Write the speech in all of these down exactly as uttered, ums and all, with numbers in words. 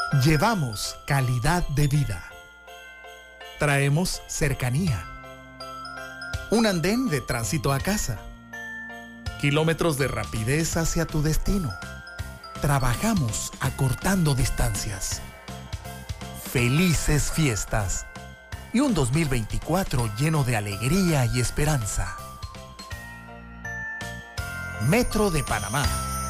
Llevamos calidad de vida. Traemos cercanía. Un andén de tránsito a casa. Kilómetros de rapidez hacia tu destino. Trabajamos acortando distancias. Felices fiestas. Y un dos mil veinticuatro lleno de alegría y esperanza. Metro de Panamá.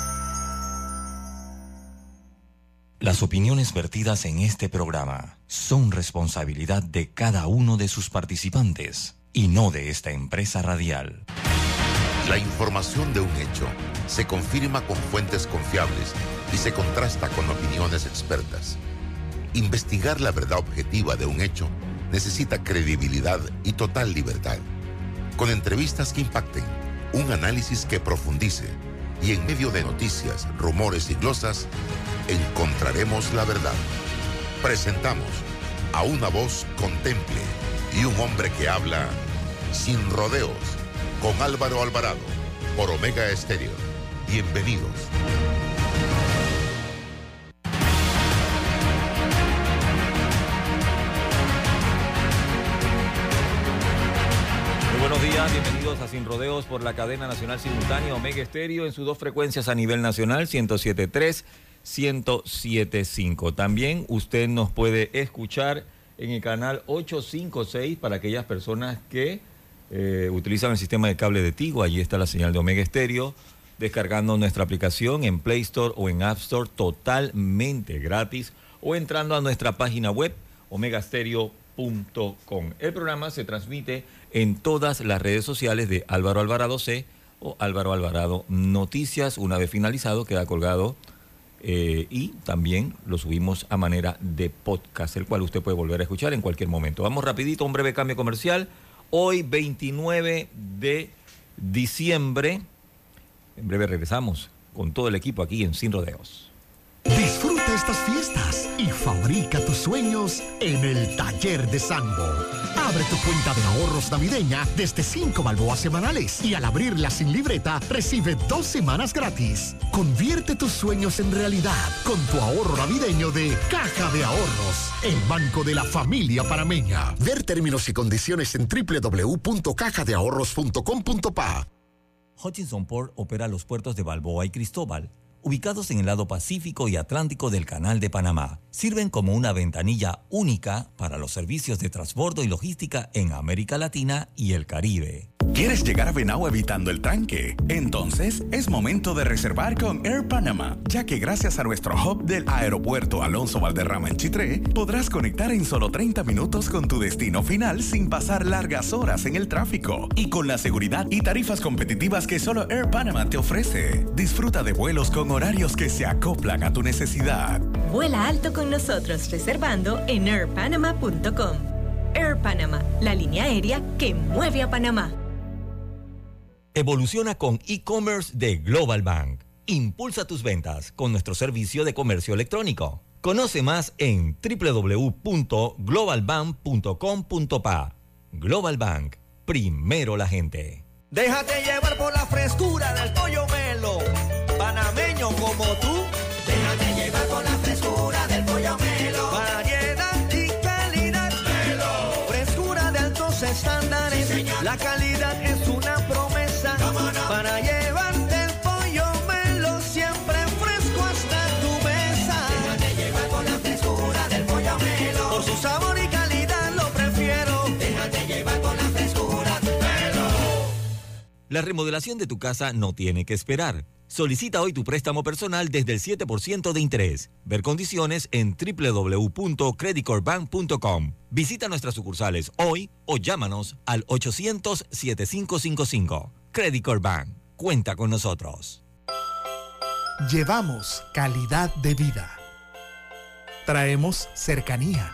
Las opiniones vertidas en este programa son responsabilidad de cada uno de sus participantes y no de esta empresa radial. La información de un hecho se confirma con fuentes confiables y se contrasta con opiniones expertas. Investigar la verdad objetiva de un hecho necesita credibilidad y total libertad. Con entrevistas que impacten, un análisis que profundice y en medio de noticias, rumores y glosas, encontraremos la verdad. Presentamos a una voz contemple y un hombre que habla sin rodeos, con Álvaro Alvarado, por Omega Estéreo. Bienvenidos. Muy buenos días, bienvenidos a Sin Rodeos por la cadena nacional simultánea Omega Estéreo en sus dos frecuencias a nivel nacional, ciento siete punto tres, ciento siete punto cinco. También usted nos puede escuchar en el canal ochocientos cincuenta y seis para aquellas personas que eh, utilizan el sistema de cable de Tigo. Allí está la señal de Omega Estéreo, descargando nuestra aplicación en Play Store o en App Store totalmente gratis o entrando a nuestra página web omega stereo punto com. El programa se transmite en todas las redes sociales de Álvaro Alvarado C o Álvaro Alvarado Noticias. Una vez finalizado queda colgado eh, y también lo subimos a manera de podcast, el cual usted puede volver a escuchar en cualquier momento. Vamos rapidito, un breve cambio comercial. Hoy veintinueve de diciembre, en breve regresamos con todo el equipo aquí en Sin Rodeos. Disfruta estas fiestas y fabrica tus sueños en el Taller de Sambo. Abre tu cuenta de ahorros navideña desde cinco balboas semanales y al abrirla sin libreta recibe dos semanas gratis. Convierte tus sueños en realidad con tu ahorro navideño de Caja de Ahorros, el banco de la familia panameña. Ver términos y condiciones en doble u doble u doble u punto caja de ahorros punto com punto pa. Hutchinson Port opera los puertos de Balboa y Cristóbal, ubicados en el lado Pacífico y Atlántico del Canal de Panamá. Sirven como una ventanilla única para los servicios de transbordo y logística en América Latina y el Caribe. ¿Quieres llegar a Venao evitando el tranque? Entonces es momento de reservar con Air Panama, ya que gracias a nuestro hub del aeropuerto Alonso Valderrama en Chitré, podrás conectar en solo treinta minutos con tu destino final sin pasar largas horas en el tráfico y con la seguridad y tarifas competitivas que solo Air Panama te ofrece. Disfruta de vuelos con horarios que se acoplan a tu necesidad. Vuela alto con nosotros reservando en air panama punto com. Air Panama, la línea aérea que mueve a Panamá. Evoluciona con e-commerce de Global Bank. Impulsa tus ventas con nuestro servicio de comercio electrónico. Conoce más en doble u doble u doble u punto global bank punto com punto pa. Global Bank, primero la gente. Déjate llevar por la frescura del pollo Melo, panameño como tú. Déjate llevar por la frescura del pollo Melo. Variedad y calidad. Melo. Frescura de altos estándares. Sí, la calidad es una promesa para llevarte el pollo Melo siempre fresco hasta tu mesa. Déjate llevar por la frescura del pollo Melo. Por su sabor y calidad lo prefiero. Déjate llevar por la frescura del Melo. La remodelación de tu casa no tiene que esperar. Solicita hoy tu préstamo personal desde el siete por ciento de interés. Ver condiciones en doble u doble u doble u punto credit corp bank punto com. Visita nuestras sucursales hoy o llámanos al ochocientos, setenta y cinco cincuenta y cinco. Credit Corp Bank. Cuenta con nosotros. Llevamos calidad de vida. Traemos cercanía.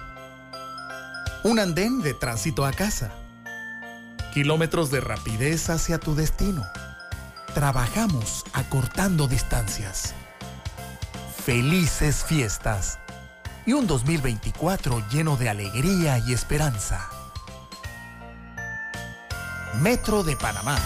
Un andén de tránsito a casa. Kilómetros de rapidez hacia tu destino. Trabajamos acortando distancias. Felices fiestas. Y un dos mil veinticuatro lleno de alegría y esperanza. Metro de Panamá.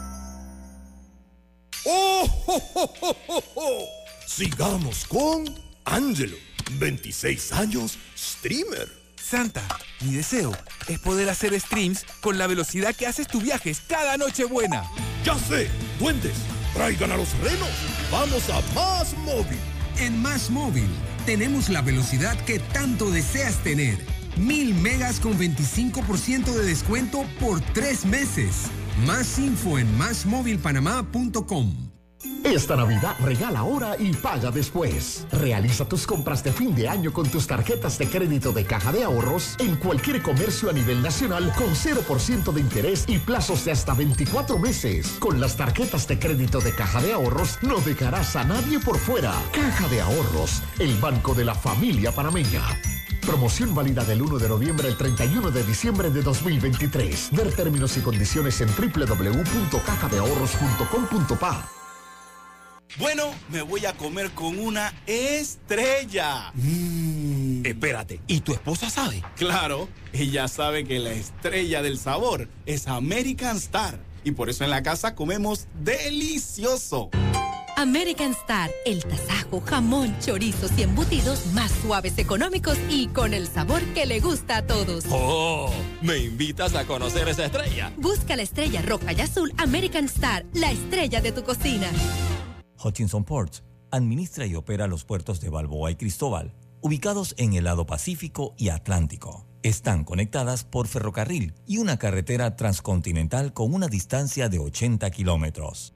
¡Oh, oh, oh, oh, oh! Sigamos con Ángelo, veintiséis años, streamer. Santa, mi deseo es poder hacer streams con la velocidad que haces tus viajes cada Nochebuena. Ya sé, duendes, traigan a los renos. Vamos a Más Móvil. En Más Móvil tenemos la velocidad que tanto deseas tener. Mil megas con veinticinco por ciento de descuento por tres meses. Más info en más móvil panamá punto com. Esta Navidad regala ahora y paga después. Realiza tus compras de fin de año con tus tarjetas de crédito de Caja de Ahorros en cualquier comercio a nivel nacional con cero por ciento de interés y plazos de hasta veinticuatro meses. Con las tarjetas de crédito de Caja de Ahorros no dejarás a nadie por fuera. Caja de Ahorros, el banco de la familia panameña. Promoción válida del uno de noviembre al treinta y uno de diciembre de dos mil veintitrés. Ver términos y condiciones en doble u doble u doble u punto caja de ahorros punto com punto pa. Bueno, me voy a comer con una estrella. Mm. Espérate, ¿y tu esposa sabe? Claro, ella sabe que la estrella del sabor es American Star. Y por eso en la casa comemos delicioso. American Star, el tasajo, jamón, chorizos y embutidos más suaves, económicos y con el sabor que le gusta a todos. ¡Oh! ¿Me invitas a conocer esa estrella? Busca la estrella roja y azul American Star, la estrella de tu cocina. Hutchinson Ports administra y opera los puertos de Balboa y Cristóbal, ubicados en el lado Pacífico y Atlántico. Están conectadas por ferrocarril y una carretera transcontinental con una distancia de ochenta kilómetros.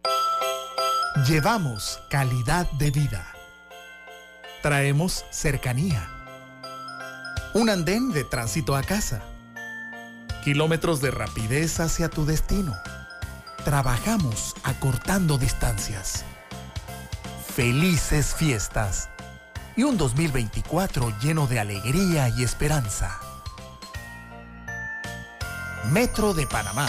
Llevamos calidad de vida. Traemos cercanía. Un andén de tránsito a casa. Kilómetros de rapidez hacia tu destino. Trabajamos acortando distancias. Felices fiestas. Y un dos mil veinticuatro lleno de alegría y esperanza. Metro de Panamá.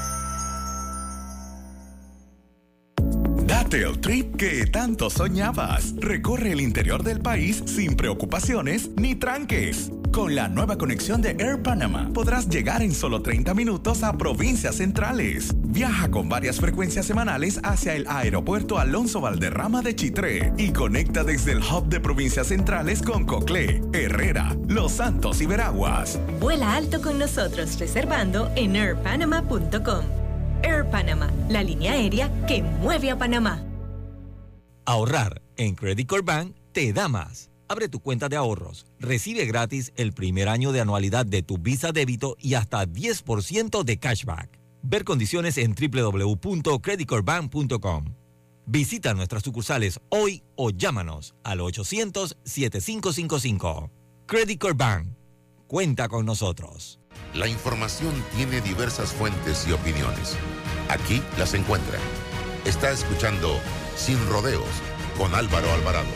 Date el trip que tanto soñabas. Recorre el interior del país sin preocupaciones ni tranques. Con la nueva conexión de Air Panama podrás llegar en solo treinta minutos a provincias centrales. Viaja con varias frecuencias semanales hacia el aeropuerto Alonso Valderrama de Chitré y conecta desde el hub de provincias centrales con Coclé, Herrera, Los Santos y Veraguas. Vuela alto con nosotros reservando en air panama punto com. Air Panama, la línea aérea que mueve a Panamá. Ahorrar en Credit Corp Bank te da más. Abre tu cuenta de ahorros, recibe gratis el primer año de anualidad de tu Visa débito y hasta diez por ciento de cashback. Ver condiciones en doble u doble u doble u punto credit corp bank punto com. Visita nuestras sucursales hoy o llámanos al ochocientos, setenta y cinco cincuenta y cinco. Credit Corp Bank. Cuenta con nosotros. La información tiene diversas fuentes y opiniones. Aquí las encuentra. Está escuchando Sin Rodeos con Álvaro Alvarado.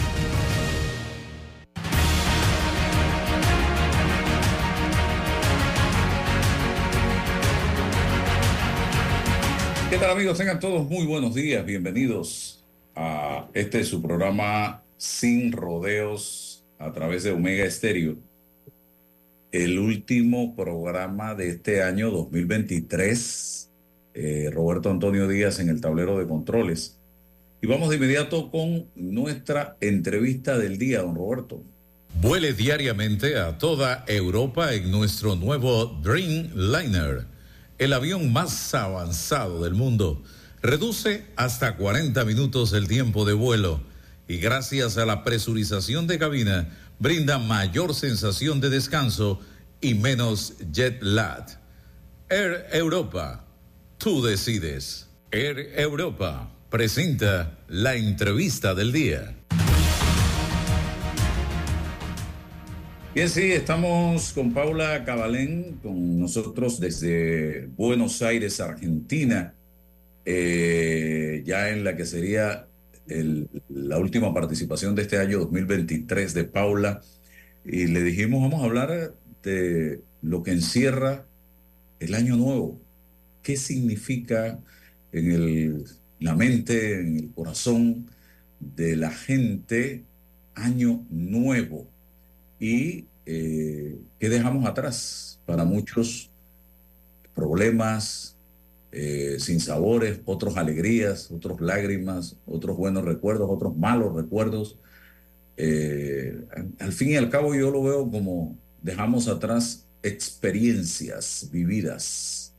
¿Qué tal, amigos? Tengan todos muy buenos días. Bienvenidos a este su programa Sin Rodeos a través de Omega Estéreo. El último programa de este año dos mil veintitrés. Eh, Roberto Antonio Díaz en el tablero de controles. Y vamos de inmediato con nuestra entrevista del día, don Roberto. Vuele diariamente a toda Europa en nuestro nuevo Dreamliner, el avión más avanzado del mundo. Reduce hasta cuarenta minutos el tiempo de vuelo y gracias a la presurización de cabina brinda mayor sensación de descanso y menos jet lag. Air Europa, tú decides. Air Europa presenta la entrevista del día. Bien, sí, estamos con Paula Cabalén, con nosotros desde Buenos Aires, Argentina, eh, ya en la que sería el, la última participación de este año dos mil veintitrés de Paula. Y le dijimos, vamos a hablar de lo que encierra el año nuevo. ¿Qué significa en el, la mente, en el corazón de la gente año nuevo? Y eh, qué dejamos atrás. Para muchos problemas, eh, sinsabores, otros alegrías, otros lágrimas, otros buenos recuerdos, otros malos recuerdos. Eh, al fin y al cabo yo lo veo como dejamos atrás experiencias vividas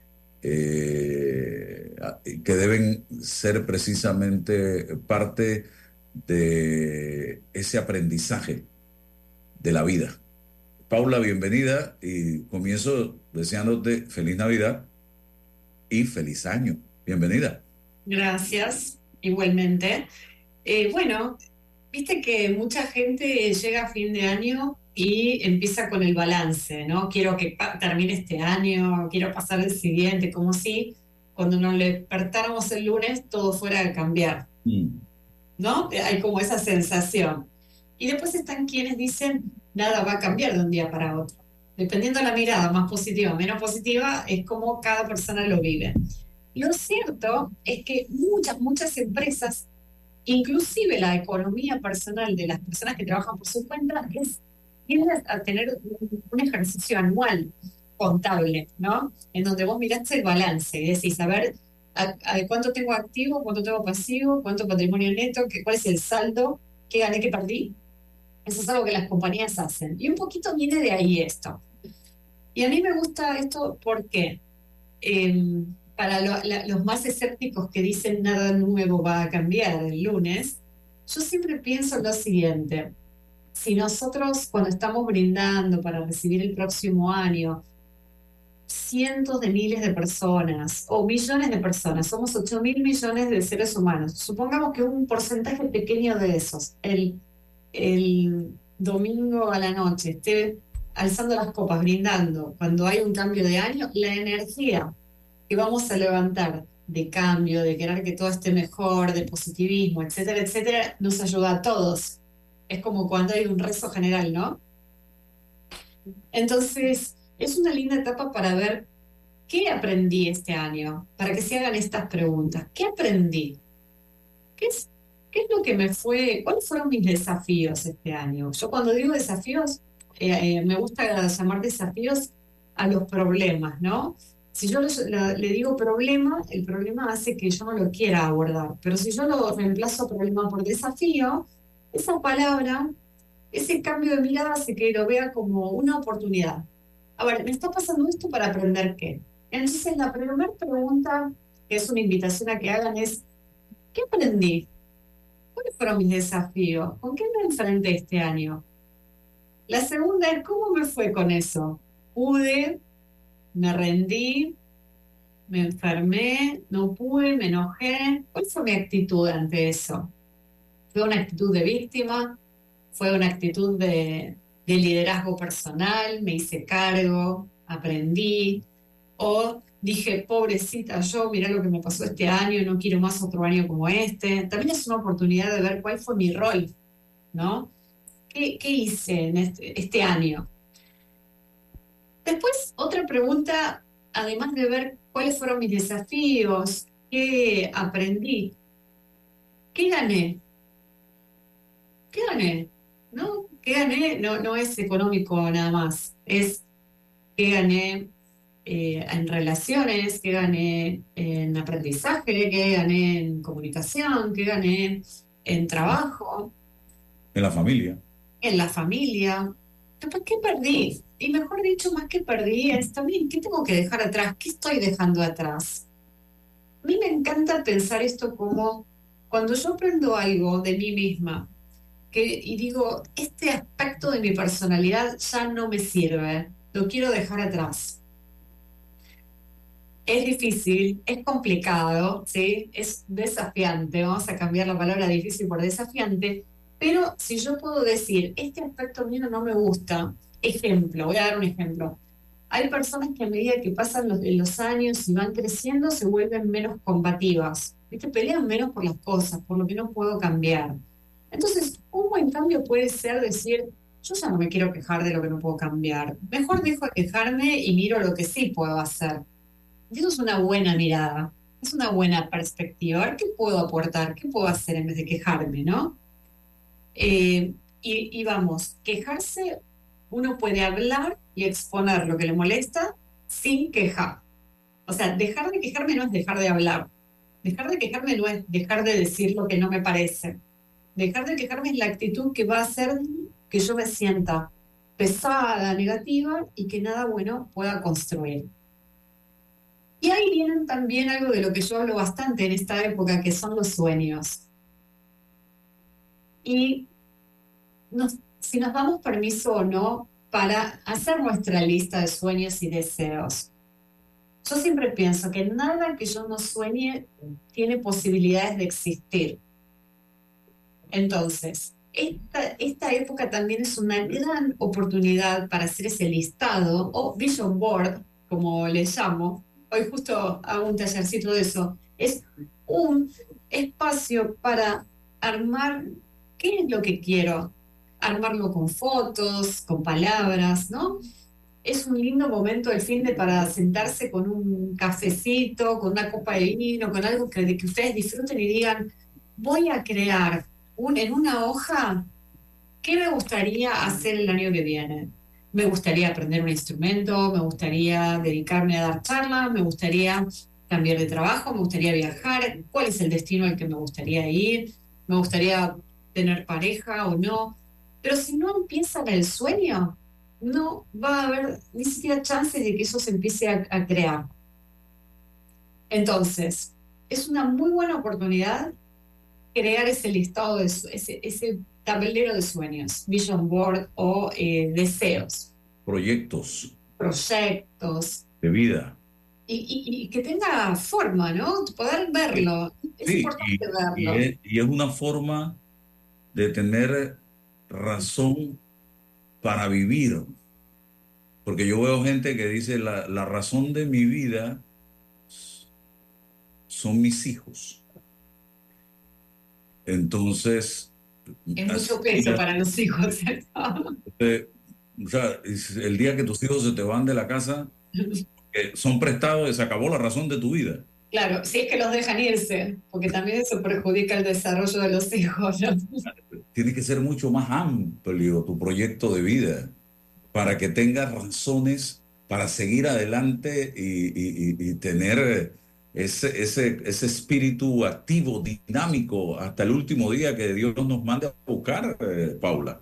eh, que deben ser precisamente parte de ese aprendizaje de la vida. Paula, bienvenida y comienzo deseándote feliz Navidad y feliz año. Bienvenida. Gracias, igualmente. Eh, bueno, viste que mucha gente llega a fin de año y empieza con el balance, ¿no? Quiero que pa- termine este año, quiero pasar el siguiente, como si cuando nos despertáramos el lunes todo fuera a cambiar, ¿no? Hay como esa sensación. Y después están quienes dicen, nada va a cambiar de un día para otro. Dependiendo de la mirada, más positiva o menos positiva, es como cada persona lo vive. Lo cierto es que muchas, muchas empresas, inclusive la economía personal de las personas que trabajan por su cuenta, es tienden a tener un, un ejercicio anual contable, ¿no? En donde vos miraste el balance y decís, a ver, a, a cuánto tengo activo, cuánto tengo pasivo, cuánto patrimonio neto, qué, cuál es el saldo, qué gané, qué perdí. Eso es algo que las compañías hacen. Y un poquito viene de ahí esto. Y a mí me gusta esto porque eh, para lo, la, los más escépticos que dicen nada nuevo va a cambiar el lunes, yo siempre pienso lo siguiente. Si nosotros cuando estamos brindando para recibir el próximo año cientos de miles de personas o millones de personas, somos ocho mil millones de seres humanos, supongamos que un porcentaje pequeño de esos, el el domingo a la noche esté alzando las copas, brindando, cuando hay un cambio de año, la energía que vamos a levantar de cambio, de querer que todo esté mejor, de positivismo, etcétera, etcétera, nos ayuda a todos. Es como cuando hay un rezo general, ¿no? Entonces, es una linda etapa para ver qué aprendí este año, para que se hagan estas preguntas. ¿Qué aprendí? ¿Qué es ¿Qué es lo que me fue? ¿Cuáles fueron mis desafíos este año? Yo cuando digo desafíos, eh, eh, me gusta llamar desafíos a los problemas, ¿no? Si yo le, la- le digo problema, el problema hace que yo no lo quiera abordar. Pero si yo lo reemplazo problema por desafío, esa palabra, ese cambio de mirada hace que lo vea como una oportunidad. A ver, ¿me está pasando esto para aprender qué? Entonces, la primera pregunta, que es una invitación a que hagan, es, ¿qué aprendí? ¿Cuáles fueron mis desafíos? ¿Con qué me enfrenté este año? La segunda es, ¿cómo me fue con eso? Pude, me rendí, me enfermé, no pude, me enojé. ¿Cuál fue mi actitud ante eso? ¿Fue una actitud de víctima? ¿Fue una actitud de, de liderazgo personal? ¿Me hice cargo? ¿Aprendí? ¿O dije, pobrecita yo, mirá lo que me pasó este año, no quiero más otro año como este? También es una oportunidad de ver cuál fue mi rol, ¿no? ¿Qué, qué hice en este, este año? Después, otra pregunta, además de ver cuáles fueron mis desafíos, qué aprendí, ¿qué gané? ¿Qué gané? ¿No? ¿Qué gané? No, no es económico nada más, es qué gané eh, en relaciones, qué gané en aprendizaje, qué gané en comunicación, qué gané en trabajo, En la familia. en la familia. Después, ¿qué perdí? Y mejor dicho, más que perdí, es también, ¿qué tengo que dejar atrás? ¿Qué estoy dejando atrás? A mí me encanta pensar esto como cuando yo aprendo algo de mí misma que, y digo, este aspecto de mi personalidad ya no me sirve, lo quiero dejar atrás. Es difícil, es complicado, ¿sí? Es desafiante, vamos a cambiar la palabra difícil por desafiante, pero si yo puedo decir, este aspecto mío no me gusta, ejemplo, voy a dar un ejemplo. Hay personas que a medida que pasan los, los años y van creciendo se vuelven menos combativas, ¿viste? Pelean menos por las cosas, por lo que no puedo cambiar. Entonces, un buen cambio puede ser decir, yo ya no me quiero quejar de lo que no puedo cambiar, mejor dejo de quejarme y miro lo que sí puedo hacer. Y eso es una buena mirada, es una buena perspectiva. A ver qué puedo aportar, qué puedo hacer en vez de quejarme, ¿no? Eh, y, y vamos, quejarse, uno puede hablar y exponer lo que le molesta sin quejar. O sea, dejar de quejarme no es dejar de hablar. Dejar de quejarme no es dejar de decir lo que no me parece. Dejar de quejarme es la actitud que va a hacer que yo me sienta pesada, negativa y que nada bueno pueda construir. Y ahí vienen también algo de lo que yo hablo bastante en esta época, que son los sueños. Y nos, si nos damos permiso o no para hacer nuestra lista de sueños y deseos. Yo siempre pienso que nada que yo no sueñe tiene posibilidades de existir. Entonces, esta, esta época también es una gran oportunidad para hacer ese listado, o vision board, como le llamo. Hoy justo hago un tallercito de eso. Es un espacio para armar qué es lo que quiero. Armarlo con fotos, con palabras, ¿no? Es un lindo momento el fin de para sentarse con un cafecito, con una copa de vino, con algo que, de que ustedes disfruten y digan, voy a crear un, en una hoja, ¿qué me gustaría hacer el año que viene? Me gustaría aprender un instrumento, me gustaría dedicarme a dar charlas, me gustaría cambiar de trabajo, me gustaría viajar, ¿cuál es el destino al que me gustaría ir? Me gustaría tener pareja o no. Pero si no empiezan el sueño, no va a haber ni siquiera chances de que eso se empiece a, a crear. Entonces, es una muy buena oportunidad crear ese listado, de ese, ese tablero de sueños, vision board o eh, deseos. Proyectos. Proyectos. De vida. Y, y, y que tenga forma, ¿no? Poder verlo. Es sí, importante y, verlo. Y es, y es una forma de tener razón para vivir. Porque yo veo gente que dice, la, la razón de mi vida son mis hijos. Entonces... Es mucho peso para los hijos, ¿cierto? Eh, o sea, el día que tus hijos se te van de la casa, eh, son prestados y se acabó la razón de tu vida. Claro, si es que los dejan irse, porque también eso perjudica el desarrollo de los hijos, ¿no? Tiene que ser mucho más amplio tu proyecto de vida para que tengas razones para seguir adelante y, y, y tener ese, ese, ese espíritu activo, dinámico, hasta el último día que Dios nos mande a buscar, eh, Paula.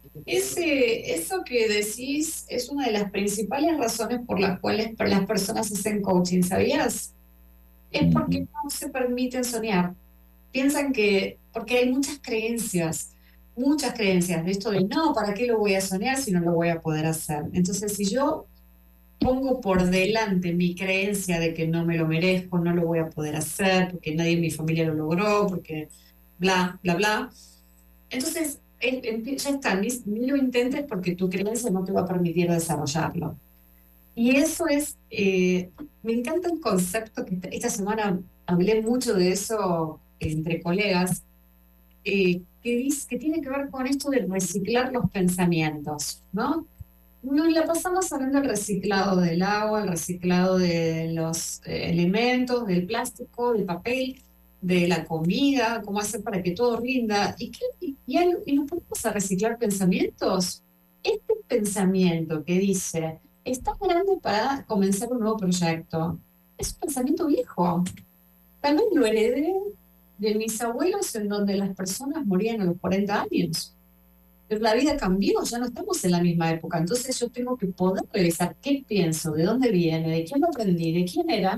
Ese, eso que decís es una de las principales razones por las cuales las personas hacen coaching, ¿sabías? Es porque no se permiten soñar. Piensan que, porque hay muchas creencias, muchas creencias de esto de no, ¿para qué lo voy a soñar si no lo voy a poder hacer? Entonces, si yo pongo por delante mi creencia de que no me lo merezco, no lo voy a poder hacer, porque nadie en mi familia lo logró, porque bla, bla, bla, entonces ya está, ni, ni lo intentes porque tu creencia no te va a permitir desarrollarlo. Y eso es, eh, me encanta un concepto que esta semana hablé mucho de eso entre colegas, eh, que, dice, que tiene que ver con esto de reciclar los pensamientos, ¿no? Nos la pasamos hablando del reciclado del agua, el reciclado de los eh, elementos, del plástico, del papel, de la comida, cómo hacer para que todo rinda. ¿Y, qué, y, y, hay, y nos ponemos a reciclar pensamientos? Este pensamiento que dice, estás grande para comenzar un nuevo proyecto, es un pensamiento viejo. Tal vez lo heredé de mis abuelos, en donde las personas morían a los cuarenta años. Pero la vida cambió, ya no estamos en la misma época. Entonces yo tengo que poder revisar qué pienso, de dónde viene, de quién lo aprendí, de quién era,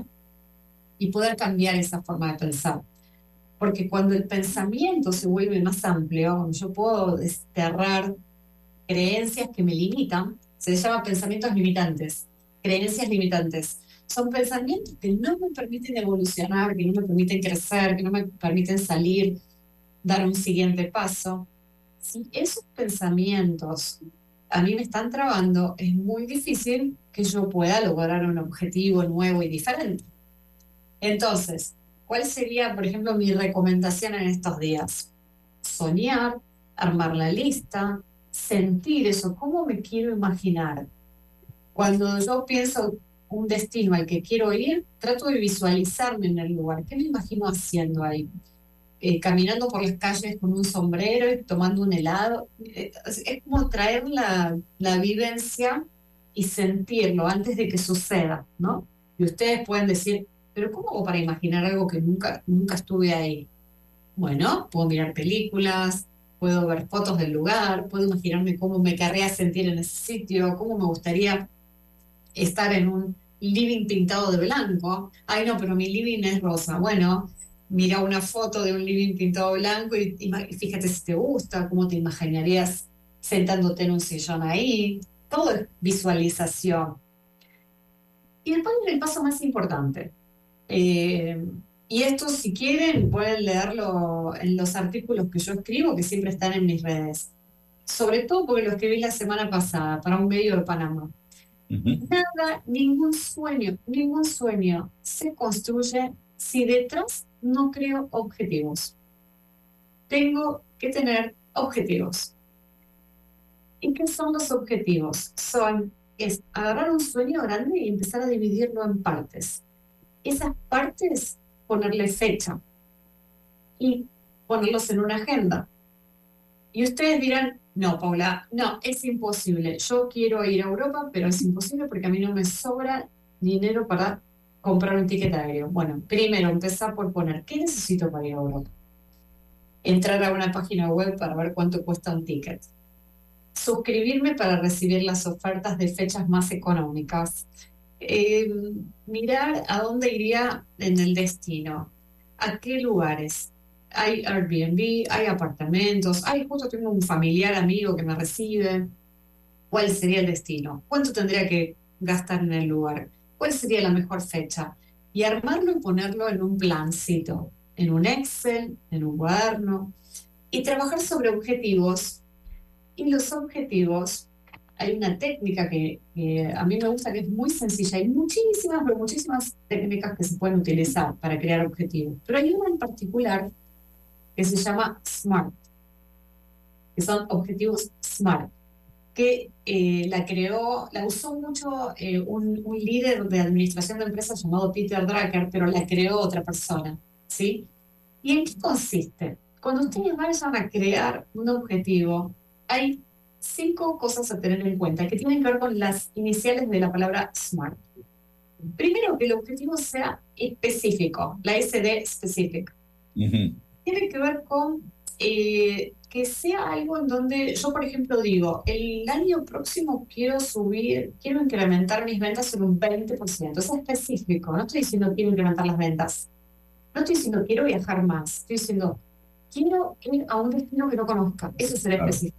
y poder cambiar esa forma de pensar. Porque cuando el pensamiento se vuelve más amplio, yo puedo desterrar creencias que me limitan, se les llama pensamientos limitantes, creencias limitantes. Son pensamientos que no me permiten evolucionar, que no me permiten crecer, que no me permiten salir, dar un siguiente paso. Si esos pensamientos a mí me están trabando, es muy difícil que yo pueda lograr un objetivo nuevo y diferente. Entonces, ¿cuál sería, por ejemplo, mi recomendación en estos días? Soñar, armar la lista, sentir eso, ¿cómo me quiero imaginar? Cuando yo pienso un destino al que quiero ir, trato de visualizarme en el lugar. ¿Qué me imagino haciendo ahí? Eh, caminando por las calles con un sombrero y tomando un helado. Eh, es como traer la, la vivencia y sentirlo antes de que suceda, ¿no? Y ustedes pueden decir, pero ¿cómo hago para imaginar algo que nunca, nunca estuve ahí? Bueno, puedo mirar películas, puedo ver fotos del lugar, puedo imaginarme cómo me querría sentir en ese sitio, cómo me gustaría estar en un living pintado de blanco. Ay, no, pero mi living es rosa. Bueno, mira una foto de un living pintado de blanco y, y fíjate si te gusta, cómo te imaginarías sentándote en un sillón ahí. Todo es visualización. Y después el paso más importante. Eh, y esto, si quieren, pueden leerlo en los artículos que yo escribo, que siempre están en mis redes. Sobre todo porque lo escribí la semana pasada para un medio de Panamá. Uh-huh. Nada, ningún sueño, ningún sueño se construye si detrás no creo objetivos. Tengo que tener objetivos. ¿Y qué son los objetivos? Son, es agarrar un sueño grande y empezar a dividirlo en partes. Esas partes, ponerle fecha y ponerlos en una agenda. Y ustedes dirán, no, Paula, no, es imposible. Yo quiero ir a Europa, pero es imposible porque a mí no me sobra dinero para comprar un ticket aéreo. Bueno, primero empezar por poner, ¿qué necesito para ir a Europa? Entrar a una página web para ver cuánto cuesta un ticket. Suscribirme para recibir las ofertas de fechas más económicas. Eh, mirar a dónde iría en el destino. ¿A qué lugares? Hay Airbnb, hay apartamentos, hay, justo tengo un familiar amigo que me recibe. ¿Cuál sería el destino? ¿Cuánto tendría que gastar en el lugar? ¿Cuál sería la mejor fecha? Y armarlo y ponerlo en un plancito, en un Excel, en un cuaderno, y trabajar sobre objetivos. Y los objetivos, hay una técnica que, que a mí me gusta, que es muy sencilla. Hay muchísimas, pero muchísimas técnicas que se pueden utilizar para crear objetivos. Pero hay una en particular que se llama SMART, que son objetivos SMART, que eh, la creó, la usó mucho eh, un, un líder de administración de empresas llamado Peter Drucker, pero la creó otra persona, ¿sí? ¿Y en qué consiste? Cuando ustedes vayan a crear un objetivo, hay cinco cosas a tener en cuenta que tienen que ver con las iniciales de la palabra SMART. Primero, que el objetivo sea específico, la S D specific. Uh-huh. Tiene que ver con eh, que sea algo en donde yo, por ejemplo, digo, el año próximo quiero subir, quiero incrementar mis ventas en un veinte por ciento. Eso es específico. No estoy diciendo quiero incrementar las ventas. No estoy diciendo quiero viajar más. Estoy diciendo quiero ir a un destino que no conozca. Eso será claro. Específico.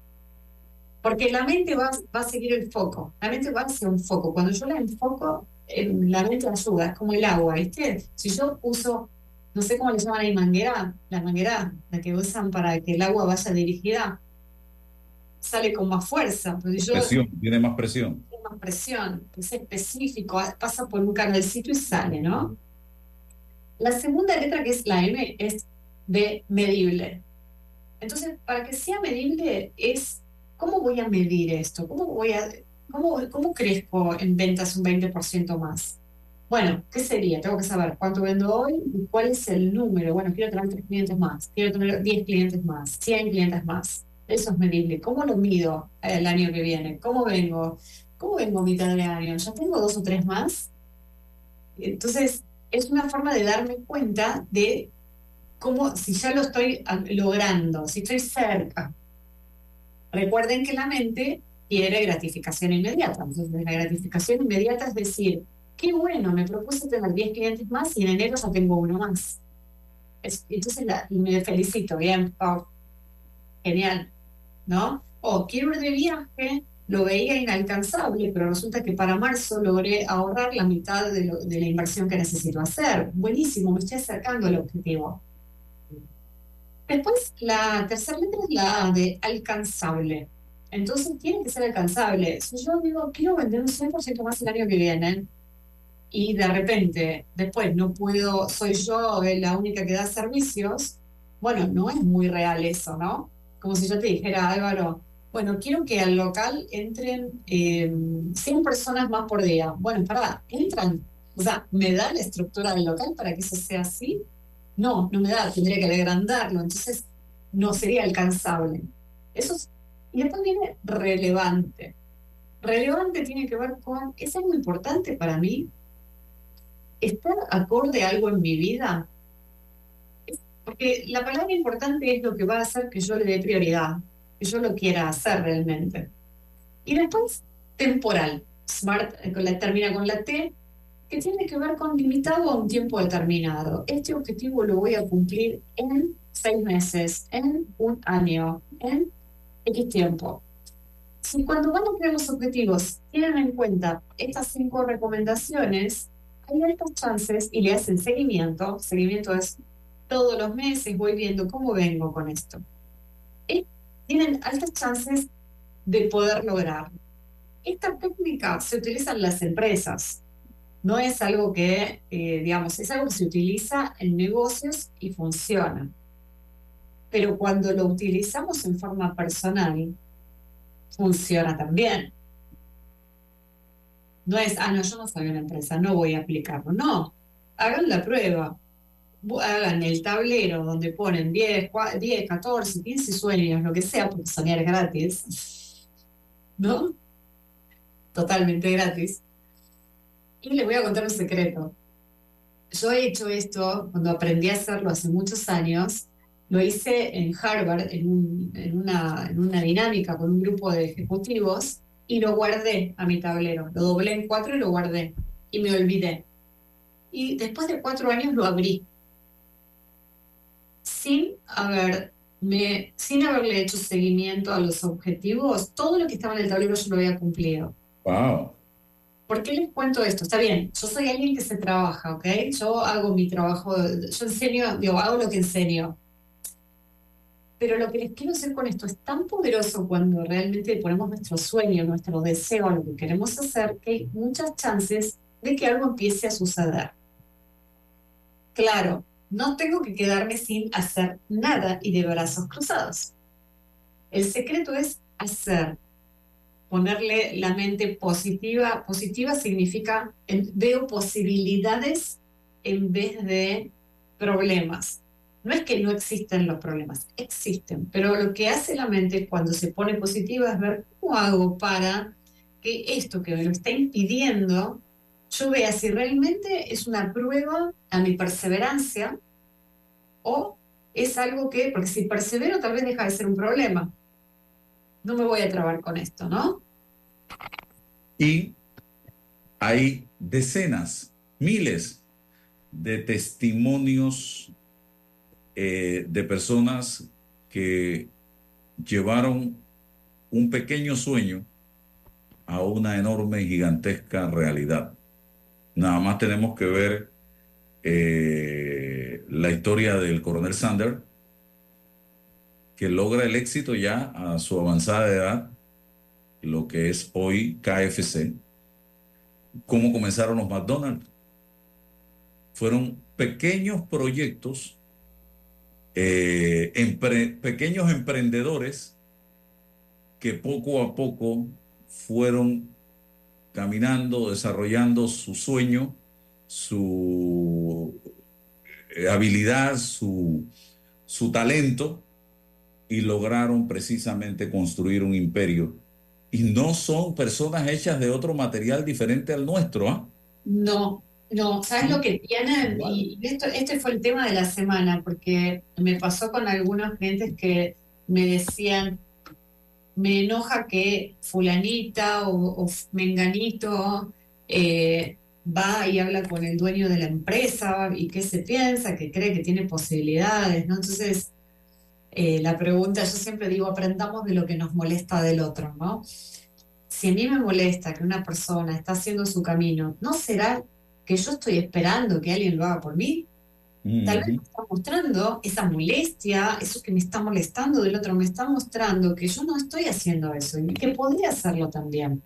Porque la mente va, va a seguir el foco. La mente va hacia un foco. Cuando yo la enfoco, eh, la mente ayuda. Es como el agua, ¿viste? Si yo uso, no sé cómo le llaman ahí, manguera, la manguera, la que usan para que el agua vaya dirigida, sale con más fuerza. Pero yo, presión, tiene más presión. Tiene más presión, es específico, pasa por un canalcito y sale, ¿no? La segunda letra, que es la M, es de medible. Entonces, para que sea medible, es ¿cómo voy a medir esto? ¿Cómo, voy a, cómo, cómo crezco en ventas un veinte por ciento más? Bueno, ¿qué sería? Tengo que saber cuánto vendo hoy y cuál es el número. Bueno, quiero tener tres clientes más, quiero tener diez clientes más, cien clientes más. Eso es medible. ¿Cómo lo mido el año que viene? ¿Cómo vengo? ¿Cómo vengo a mitad de año? ¿Ya tengo dos o tres más? Entonces, es una forma de darme cuenta de cómo, si ya lo estoy logrando, si estoy cerca. Recuerden que la mente quiere gratificación inmediata. Entonces, la gratificación inmediata es decir, qué bueno, me propuse tener diez clientes más y en enero ya tengo uno más. Es, entonces la, me felicito, bien, oh, genial, ¿no? O quiero ir de viaje, lo veía inalcanzable, pero resulta que para marzo logré ahorrar la mitad de, lo, de la inversión que necesito hacer. Buenísimo, me estoy acercando al objetivo. Después, la tercera letra es la A de alcanzable. Entonces, tiene que ser alcanzable. Si yo digo, quiero vender un cien por ciento más el año que viene, y de repente, después no puedo, soy yo la única que da servicios, bueno, no es muy real eso, ¿no? Como si yo te dijera, Álvaro, bueno, quiero que al local entren eh, cien personas más por día. Bueno, pará, entran. O sea, ¿me da la estructura del local para que eso sea así? No, no me da, tendría que agrandarlo, entonces no sería alcanzable. Eso es, y después viene relevante. Relevante tiene que ver con, ¿es algo importante para mí? ¿Estar acorde a algo en mi vida? Porque la palabra importante es lo que va a hacer que yo le dé prioridad, que yo lo quiera hacer realmente. Y después, temporal. SMART eh, con la, termina con la T, que tiene que ver con limitado a un tiempo determinado. Este objetivo lo voy a cumplir en seis meses, en un año, en X tiempo. Si cuando van a crear los objetivos tienen en cuenta estas cinco recomendaciones, hay altas chances y le hacen seguimiento. Seguimiento es todos los meses voy viendo cómo vengo con esto. Y tienen altas chances de poder lograrlo. Esta técnica se utiliza en las empresas. No es algo que, eh, digamos, es algo que se utiliza en negocios y funciona. Pero cuando lo utilizamos en forma personal, funciona también. No es, ah, no, yo no soy una empresa, no voy a aplicarlo. No, hagan la prueba. Hagan el tablero donde ponen diez, catorce, quince sueños, lo que sea, porque soñar es gratis, ¿no? Totalmente gratis. Y les voy a contar un secreto. Yo he hecho esto cuando aprendí a hacerlo hace muchos años. Lo hice en Harvard, en, un, en, una, en una dinámica con un grupo de ejecutivos, y lo guardé a mi tablero. Lo doblé en cuatro y lo guardé. Y me olvidé. Y después de cuatro años lo abrí. Sin, haber, me, sin haberle hecho seguimiento a los objetivos, todo lo que estaba en el tablero yo lo había cumplido. Wow. ¿Por qué les cuento esto? Está bien, yo soy alguien que se trabaja, ¿ok? Yo hago mi trabajo, yo enseño, digo, hago lo que enseño. Pero lo que les quiero decir con esto es tan poderoso cuando realmente ponemos nuestro sueño, nuestro deseo, lo que queremos hacer, que hay muchas chances de que algo empiece a suceder. Claro, no tengo que quedarme sin hacer nada y de brazos cruzados. El secreto es hacer. Ponerle la mente positiva. Positiva significa en, veo posibilidades en vez de problemas. No es que no existen los problemas, existen. Pero lo que hace la mente cuando se pone positiva es ver cómo hago para que esto que me lo está impidiendo, yo vea si realmente es una prueba a mi perseverancia o es algo que, porque si persevero tal vez deja de ser un problema. No me voy a trabar con esto, ¿no? Y hay decenas, miles de testimonios eh, de personas que llevaron un pequeño sueño a una enorme y gigantesca realidad. Nada más tenemos que ver eh, la historia del coronel Sanders, que logra el éxito ya a su avanzada edad, lo que es hoy K F C. ¿Cómo comenzaron los McDonald's? Fueron pequeños proyectos, eh, empre- pequeños emprendedores que poco a poco fueron caminando, desarrollando su sueño, su eh, habilidad, su, su talento, y lograron precisamente construir un imperio. Y no son personas hechas de otro material diferente al nuestro, ¿ah? No, no. ¿Sabes lo que tienen? Y esto, este fue el tema de la semana, porque me pasó con algunos clientes que me decían, me enoja que fulanita o, o menganito eh, va y habla con el dueño de la empresa y qué se piensa, que cree que tiene posibilidades, ¿no? Entonces, eh, la pregunta, yo siempre digo, aprendamos de lo que nos molesta del otro, ¿no? Si a mí me molesta que una persona está haciendo su camino, ¿no será que yo estoy esperando que alguien lo haga por mí? Mm-hmm. Tal vez me está mostrando esa molestia, eso que me está molestando del otro, me está mostrando que yo no estoy haciendo eso y que podría hacerlo también.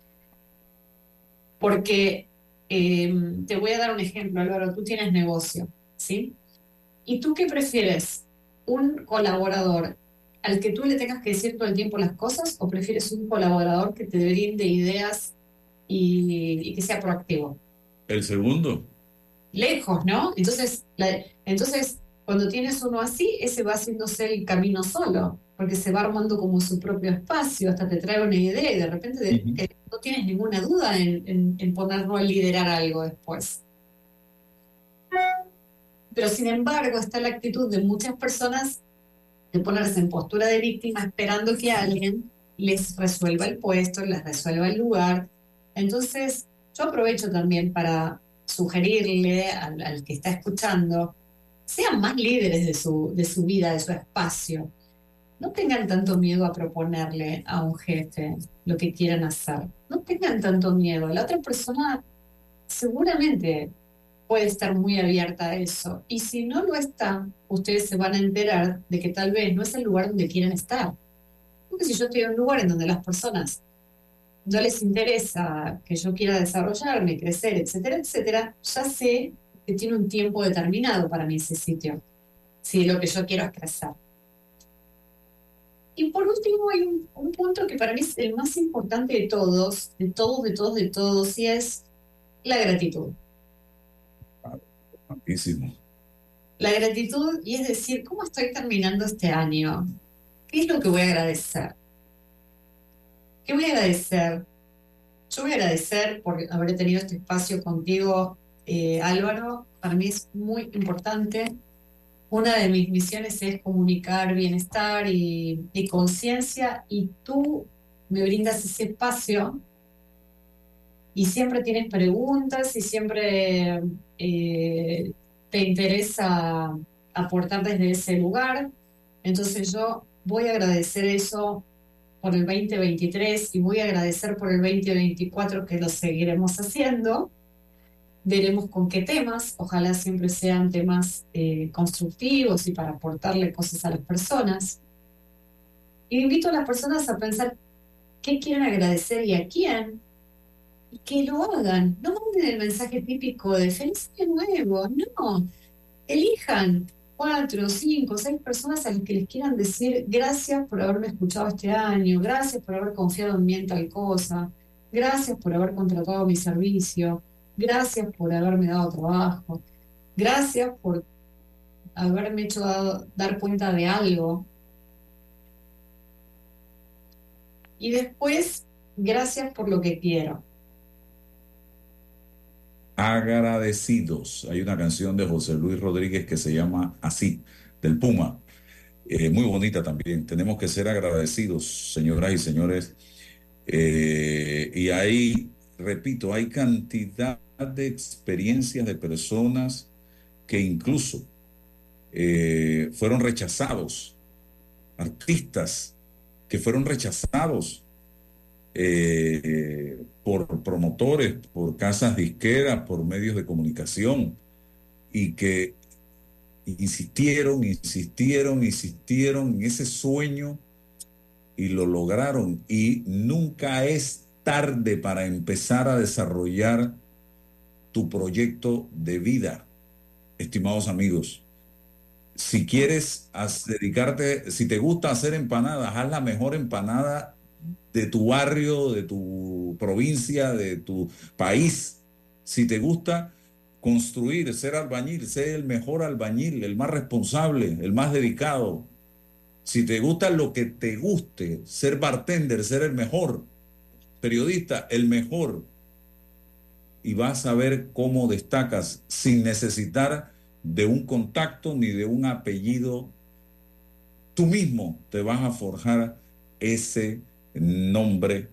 Porque eh, te voy a dar un ejemplo, Álvaro, tú tienes negocio, ¿sí? ¿Y tú qué prefieres? ¿Un colaborador al que tú le tengas que decir todo el tiempo las cosas o prefieres un colaborador que te brinde ideas y, y que sea proactivo? El segundo. Lejos, ¿no? Entonces, la, entonces, cuando tienes uno así, ese va haciéndose el camino solo, porque se va armando como su propio espacio, hasta te trae una idea y de repente de, uh-huh. eh, no tienes ninguna duda en, en, en ponerlo a liderar algo después. Pero sin embargo está la actitud de muchas personas de ponerse en postura de víctima esperando que alguien les resuelva el puesto, les resuelva el lugar. Entonces yo aprovecho también para sugerirle al, al que está escuchando, sean más líderes de su, de su vida, de su espacio. No tengan tanto miedo a proponerle a un jefe lo que quieran hacer. No tengan tanto miedo. La otra persona seguramente puede estar muy abierta a eso. Y si no lo está, ustedes se van a enterar de que tal vez no es el lugar donde quieren estar. Porque si yo estoy en un lugar en donde las personas no les interesa que yo quiera desarrollarme, crecer, etcétera, etcétera, ya sé que tiene un tiempo determinado para mí ese sitio, si lo que yo quiero es crecer. Y por último hay un, un punto que para mí es el más importante de todos, de todos, de todos, de todos, y es la gratitud. Buenísimo. La gratitud, y es decir, ¿cómo estoy terminando este año? ¿Qué es lo que voy a agradecer? ¿Qué voy a agradecer? Yo voy a agradecer por haber tenido este espacio contigo, eh, Álvaro. Para mí es muy importante. Una de mis misiones es comunicar bienestar y, y conciencia, y tú me brindas ese espacio y siempre tienes preguntas y siempre eh, te interesa aportar desde ese lugar. Entonces yo voy a agradecer eso por el veinte veintitrés y voy a agradecer por el veinte veinticuatro, que lo seguiremos haciendo. Veremos con qué temas, ojalá siempre sean temas eh, constructivos y para aportarle cosas a las personas. Y invito a las personas a pensar qué quieren agradecer y a quién, y que lo hagan. No manden el mensaje típico de feliz año nuevo, no. Elijan cuatro, cinco, seis personas a las que les quieran decir gracias por haberme escuchado este año, gracias por haber confiado en mí en tal cosa, gracias por haber contratado mi servicio, gracias por haberme dado trabajo, gracias por haberme hecho dado, dar cuenta de algo. Y después, gracias por lo que quiero. Agradecidos. Hay una canción de José Luis Rodríguez que se llama Así, del Puma. Eh, muy bonita también. Tenemos que ser agradecidos, señoras y señores. Eh, y ahí, repito, hay cantidad de experiencias de personas que incluso eh, fueron rechazados. Artistas que fueron rechazados eh, por promotores, por casas disqueras, por medios de comunicación, y que insistieron, insistieron, insistieron en ese sueño y lo lograron. Y nunca es tarde para empezar a desarrollar tu proyecto de vida, estimados amigos. Si quieres dedicarte, si te gusta hacer empanadas, haz la mejor empanada de tu barrio, de tu provincia, de tu país. Si te gusta construir, ser albañil, ser el mejor albañil, el más responsable, el más dedicado. Si te gusta lo que te guste, ser bartender, ser el mejor, periodista, el mejor. Y vas a ver cómo destacas sin necesitar de un contacto ni de un apellido. Tú mismo te vas a forjar ese nombre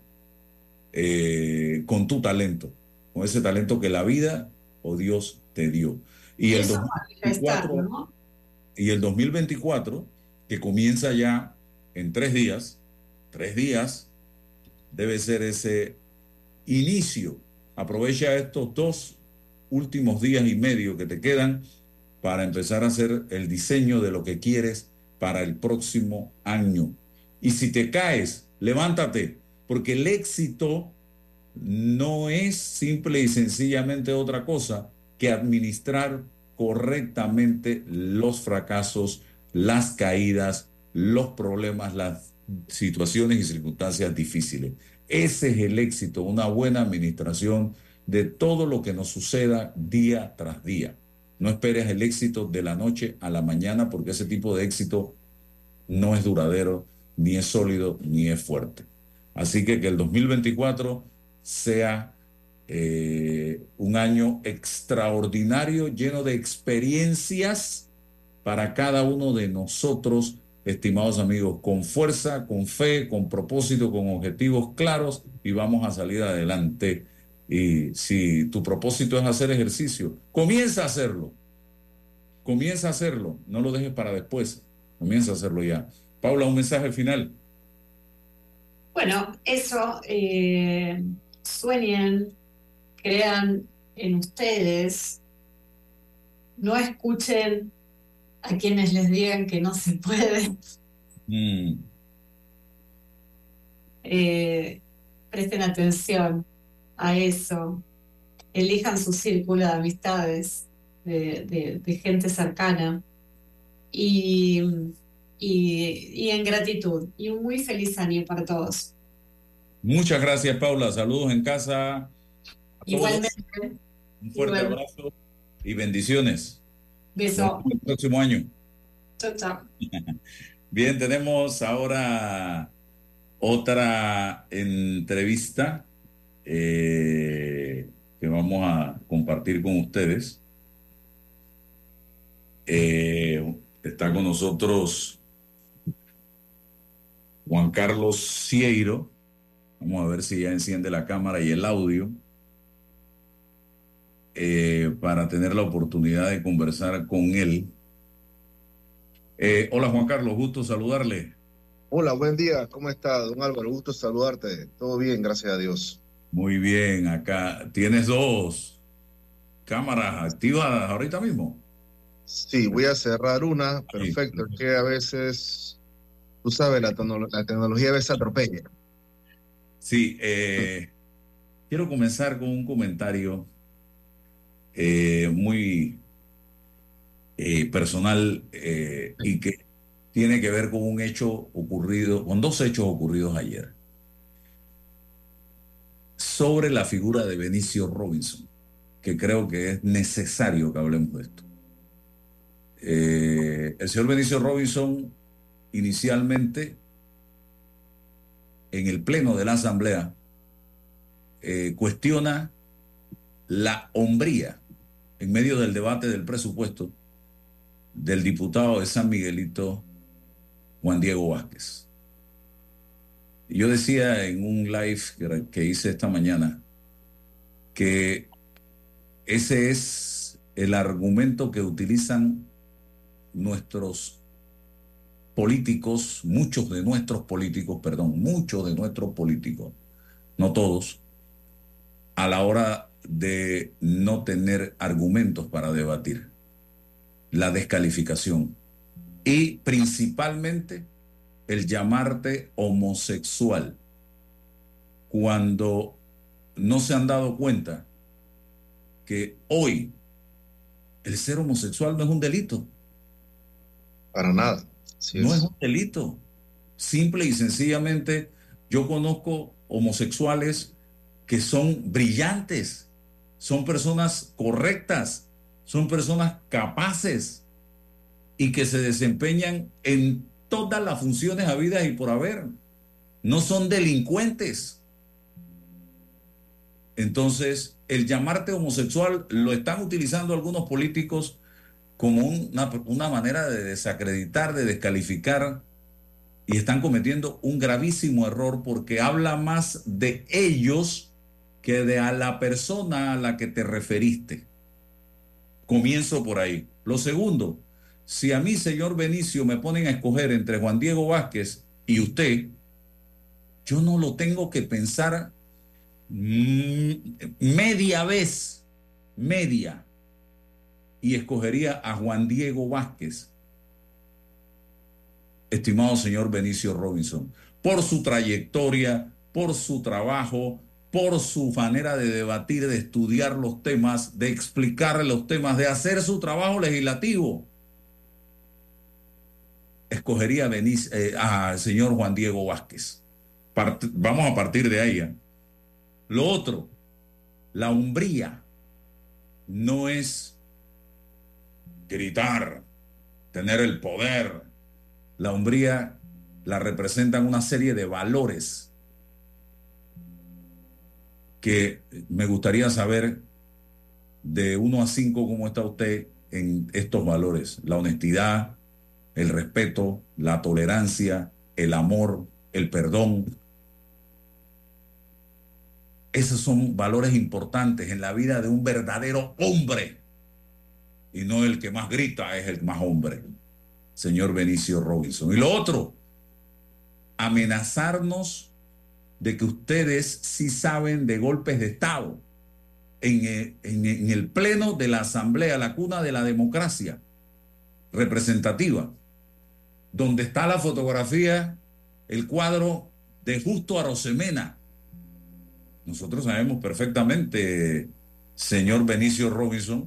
eh, con tu talento, con ese talento que la vida o Dios te dio. Y el, dos mil veinticuatro, ¿no? Y el dos mil veinticuatro, que comienza ya en tres días, tres días, debe ser ese inicio. Aprovecha estos dos últimos días y medio que te quedan para empezar a hacer el diseño de lo que quieres para el próximo año. Y si te caes, levántate, porque el éxito no es simple y sencillamente otra cosa que administrar correctamente los fracasos, las caídas, los problemas, las situaciones y circunstancias difíciles. Ese es el éxito, una buena administración de todo lo que nos suceda día tras día. No esperes el éxito de la noche a la mañana, porque ese tipo de éxito no es duradero, ni es sólido, ni es fuerte. Así que que el dos mil veinticuatro sea eh, un año extraordinario, lleno de experiencias para cada uno de nosotros, estimados amigos, con fuerza, con fe, con propósito, con objetivos claros, y vamos a salir adelante. Y si tu propósito es hacer ejercicio, comienza a hacerlo. Comienza a hacerlo. No lo dejes para después. Comienza a hacerlo ya. Paula, un mensaje final. Bueno, eso, eh, sueñen, crean en ustedes, no escuchen a quienes les digan que no se puede. Mm. Eh, presten atención a eso, elijan su círculo de amistades, de, de- de gente cercana y, y, y en gratitud. Y un muy feliz año para todos. Muchas gracias, Paula. Saludos en casa. A todos. Igualmente, Un fuerte igual. abrazo y bendiciones. Beso. Nos vemos el próximo año. Chao, chao. Bien, tenemos ahora otra entrevista eh, que vamos a compartir con ustedes. Eh, está con nosotros Juan Carlos Cieiro. Vamos a ver si ya enciende la cámara y el audio eh, para tener la oportunidad de conversar con él. Eh, hola Juan Carlos, gusto saludarle. Hola, buen día, ¿cómo está, don Álvaro? Gusto saludarte. Todo bien, gracias a Dios. Muy bien, acá tienes dos cámaras activas ahorita mismo. Sí, voy a cerrar una, perfecto, es que a veces, tú sabes, la, tecno- la tecnología a veces atropella. Sí, eh, quiero comenzar con un comentario eh, muy eh, personal eh, y que tiene que ver con un hecho ocurrido, con dos hechos ocurridos ayer, sobre la figura de Benicio Robinson, que creo que es necesario que hablemos de esto. Eh, el señor Benicio Robinson, inicialmente, en el pleno de la Asamblea, eh, cuestiona la hombría en medio del debate del presupuesto del diputado de San Miguelito, Juan Diego Vázquez. Y yo decía en un live que, que hice esta mañana que ese es el argumento que utilizan nuestros políticos, muchos de nuestros políticos, perdón, muchos de nuestros políticos, no todos, a la hora de no tener argumentos para debatir. La descalificación. Y principalmente el llamarte homosexual, cuando no se han dado cuenta que hoy el ser homosexual no es un delito. Para nada. Así No es. es un delito. Simple y sencillamente, yo conozco homosexuales que son brillantes, son personas correctas, son personas capaces y que se desempeñan en todas las funciones habidas y por haber. No son delincuentes. Entonces, el llamarte homosexual lo están utilizando algunos políticos como una, una manera de desacreditar, de descalificar, y están cometiendo un gravísimo error porque habla más de ellos que de a la persona a la que te referiste. Comienzo por ahí. Lo segundo, si a mí, señor Benicio, me ponen a escoger entre Juan Diego Vázquez y usted, yo no lo tengo que pensar mm, media vez, media, y escogería a Juan Diego Vázquez, estimado señor Benicio Robinson, por su trayectoria, por su trabajo, por su manera de debatir, de estudiar los temas, de explicar los temas, de hacer su trabajo legislativo. Escogería a Benicio, eh, al señor Juan Diego Vázquez. Part- vamos a partir de ahí. ¿eh? Lo otro, la hombría no es gritar, tener el poder. La hombría la representan una serie de valores que me gustaría saber de uno a cinco cómo está usted en estos valores: la honestidad, el respeto, la tolerancia, el amor, el perdón. Esos son valores importantes en la vida de un verdadero hombre, y no el que más grita es el más hombre, señor Benicio Robinson. Y lo otro, amenazarnos de que ustedes sí saben de golpes de Estado en el, en, en el pleno de la Asamblea, la cuna de la democracia representativa, donde está la fotografía, el cuadro de Justo Arosemena. Nosotros sabemos perfectamente, señor Benicio Robinson,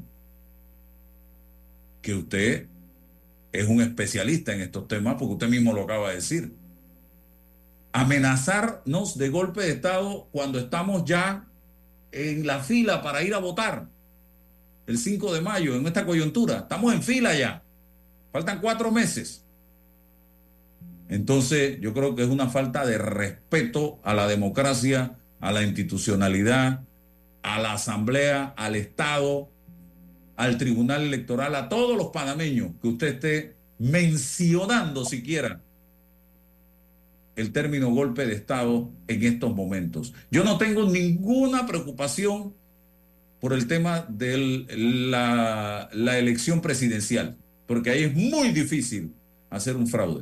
que usted es un especialista en estos temas, porque usted mismo lo acaba de decir. Amenazarnos de golpe de Estado cuando estamos ya en la fila para ir a votar el cinco de mayo, en esta coyuntura. Estamos en fila ya. Faltan cuatro meses. Entonces, yo creo que es una falta de respeto a la democracia, a la institucionalidad, a la Asamblea, al Estado, al Tribunal Electoral, a todos los panameños, que usted esté mencionando siquiera el término golpe de Estado en estos momentos. Yo no tengo ninguna preocupación por el tema de la, la elección presidencial, porque ahí es muy difícil hacer un fraude.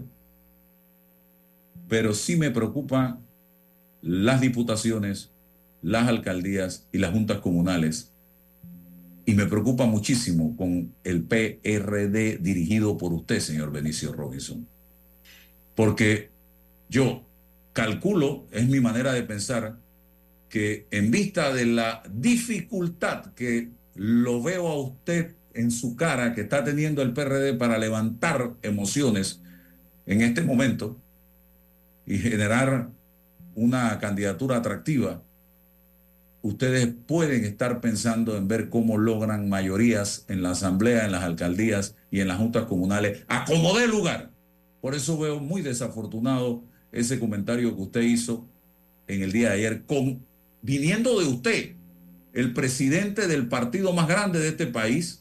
Pero sí me preocupa las diputaciones, las alcaldías y las juntas comunales. Y me preocupa muchísimo con el P R D dirigido por usted, señor Benicio Robinson. Porque yo calculo, es mi manera de pensar, que en vista de la dificultad que lo veo a usted en su cara, que está teniendo el P R D para levantar emociones en este momento y generar una candidatura atractiva, ustedes pueden estar pensando en ver cómo logran mayorías en la asamblea, en las alcaldías y en las juntas comunales, a como dé lugar. Por eso veo muy desafortunado ese comentario que usted hizo en el día de ayer, con, viniendo de usted, el presidente del partido más grande de este país,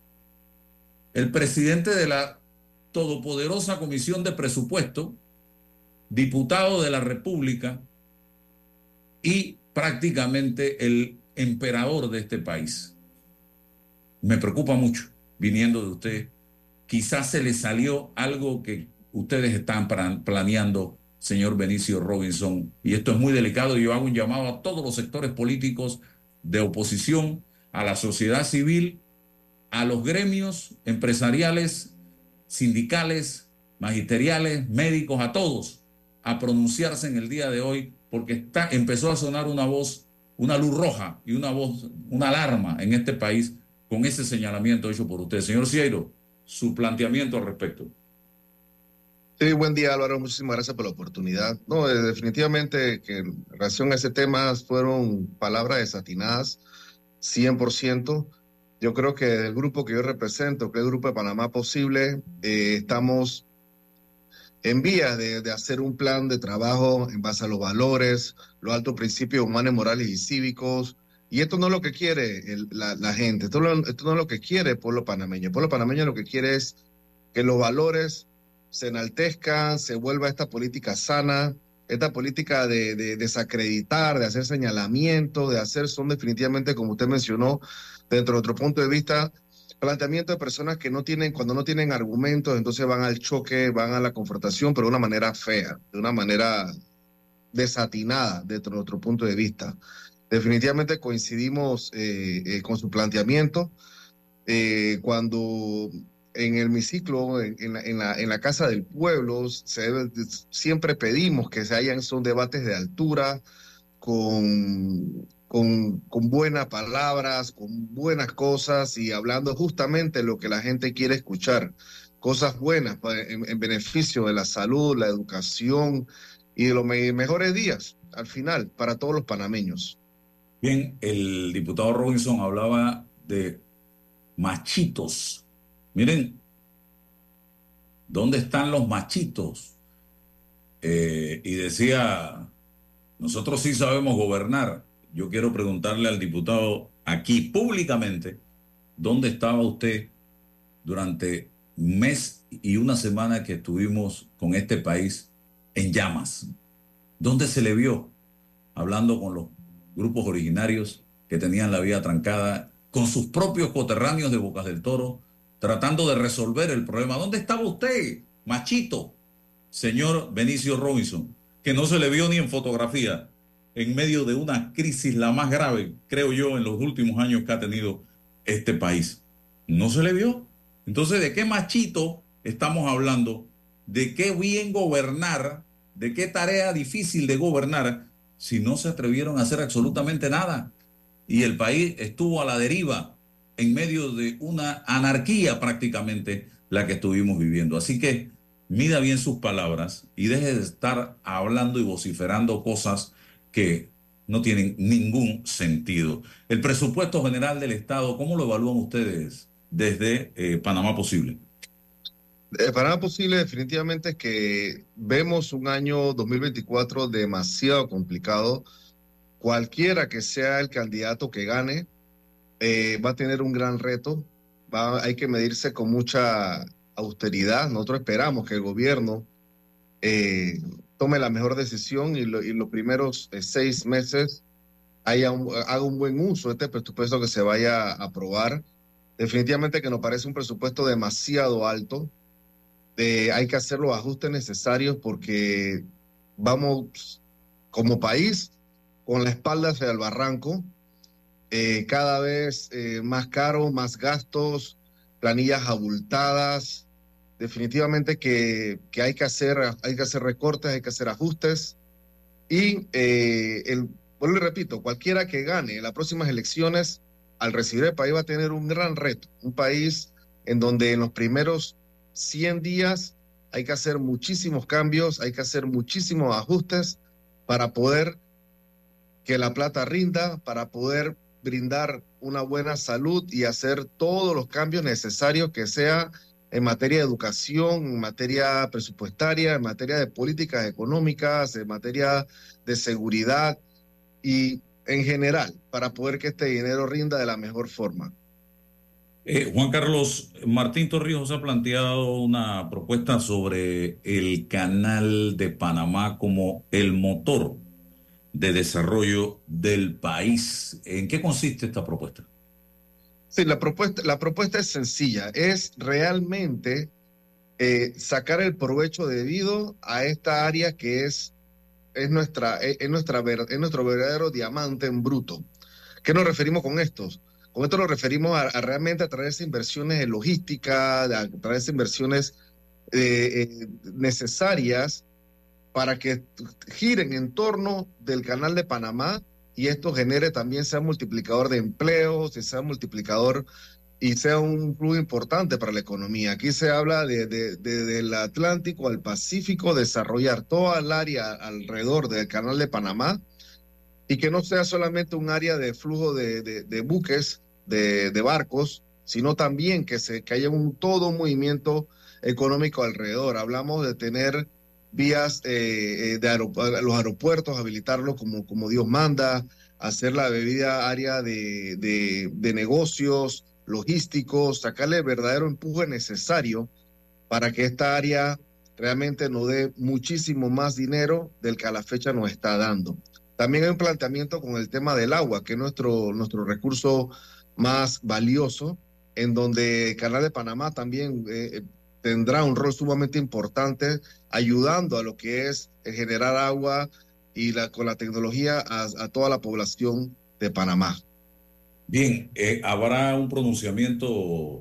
el presidente de la todopoderosa Comisión de Presupuesto, diputado de la República y prácticamente el emperador de este país. Me preocupa mucho, viniendo de usted. Quizás se le salió algo que ustedes están planeando, señor Benicio Robinson, y esto es muy delicado. Yo hago un llamado a todos los sectores políticos de oposición, a la sociedad civil, a los gremios empresariales, sindicales, magisteriales, médicos, a todos, a pronunciarse en el día de hoy, porque está, empezó a sonar una voz, una luz roja y una voz, una alarma en este país con ese señalamiento hecho por usted. Señor Cieiro, su planteamiento al respecto. Sí, buen día, Álvaro. Muchísimas gracias por la oportunidad. No, eh, definitivamente que en relación a ese tema fueron palabras desatinadas, cien por ciento. Yo creo que del grupo que yo represento, que es el Grupo de Panamá Posible, eh, estamos en vías de, de hacer un plan de trabajo en base a los valores, los altos principios humanos, morales y cívicos. Y esto no es lo que quiere el, la, la gente, esto, lo, esto no es lo que quiere el pueblo panameño. El pueblo panameño lo que quiere es que los valores se enaltezcan, se vuelva esta política sana, esta política de, de desacreditar, de hacer señalamiento, de hacer, son definitivamente, como usted mencionó, dentro de otro punto de vista, planteamiento de personas que no tienen, cuando no tienen argumentos, entonces van al choque, van a la confrontación, pero de una manera fea, de una manera desatinada dentro de otro punto de vista. Definitivamente coincidimos eh, eh, con su planteamiento. Eh, cuando en el hemiciclo, en, en, la, en, la, en la Casa del Pueblo, se debe, siempre pedimos que se hayan, son debates de altura, con, con, con buenas palabras, con buenas cosas y hablando justamente lo que la gente quiere escuchar, cosas buenas en, en beneficio de la salud, la educación y de los me, mejores días al final para todos los panameños. Bien, el diputado Robinson hablaba de machitos. Miren, ¿dónde están los machitos? Eh, y decía, nosotros sí sabemos gobernar. yo quiero preguntarle al diputado aquí públicamente, ¿dónde estaba usted durante un mes y una semana que estuvimos con este país en llamas? ¿Dónde se le vio hablando con los grupos originarios que tenían la vía trancada, con sus propios coterráneos de Bocas del Toro, tratando de resolver el problema? ¿Dónde estaba usted, machito, señor Benicio Robinson, que no se le vio ni en fotografía en medio de una crisis la más grave, creo yo, en los últimos años que ha tenido este país? No se le vio. Entonces, ¿de qué machito estamos hablando? ¿De qué bien gobernar? ¿De qué tarea difícil de gobernar si no se atrevieron a hacer absolutamente nada? Y el país estuvo a la deriva en medio de una anarquía prácticamente la que estuvimos viviendo. Así que mida bien sus palabras y deje de estar hablando y vociferando cosas que no tienen ningún sentido. El presupuesto general del Estado, ¿cómo lo evalúan ustedes desde eh, Panamá Posible? De Panamá Posible definitivamente es que vemos un año dos mil veinticuatro demasiado complicado. Cualquiera que sea el candidato que gane, eh, va a tener un gran reto. Va, hay que medirse con mucha austeridad. Nosotros esperamos que el gobierno eh, tome la mejor decisión y, lo, y los primeros eh, seis meses haya un, haga un buen uso de este presupuesto que se vaya a aprobar. Definitivamente que nos parece un presupuesto demasiado alto. Eh, hay que hacer los ajustes necesarios porque vamos como país con la espalda hacia el barranco, eh, cada vez eh, más caro, más gastos, planillas abultadas. Definitivamente que, que hay que hacer, hay que hacer recortes, hay que hacer ajustes. Y eh, el, bueno, le repito, cualquiera que gane en las próximas elecciones, al recibir el país va a tener un gran reto. Un país en donde en los primeros cien días hay que hacer muchísimos cambios, hay que hacer muchísimos ajustes para poder que la plata rinda, para poder brindar una buena salud y hacer todos los cambios necesarios que sea en materia de educación, en materia presupuestaria, en materia de políticas económicas, en materia de seguridad y en general, para poder que este dinero rinda de la mejor forma. Eh, Juan Carlos, Martín Torrijos ha planteado una propuesta sobre el Canal de Panamá como el motor de desarrollo del país. ¿En qué consiste esta propuesta? Sí, la propuesta, la propuesta es sencilla, es realmente eh, sacar el provecho debido a esta área que es, es, nuestra, es, es, nuestra, es nuestro verdadero diamante en bruto. ¿Qué nos referimos con estos? Con esto nos referimos a, a realmente a través de inversiones en logística, a través de inversiones eh, eh, necesarias para que giren en torno del Canal de Panamá y esto genere también sea multiplicador de empleos, y sea multiplicador y sea un flujo importante para la economía. Aquí se habla de, de, de, del Atlántico al Pacífico, desarrollar toda el área alrededor del Canal de Panamá y que no sea solamente un área de flujo de, de, de buques, de, de barcos, sino también que, se, que haya un, todo un movimiento económico alrededor. Hablamos de tener vías eh, de aeropu los aeropuertos, habilitarlos como, como Dios manda, hacer la debida área de, de, de negocios, logísticos, sacarle el verdadero empuje necesario para que esta área realmente nos dé muchísimo más dinero del que a la fecha nos está dando. También hay un planteamiento con el tema del agua, que es nuestro, nuestro recurso más valioso, en donde el Canal de Panamá también eh, tendrá un rol sumamente importante ayudando a lo que es generar agua y la, con la tecnología a, a toda la población de Panamá. Bien, eh, ¿habrá un pronunciamiento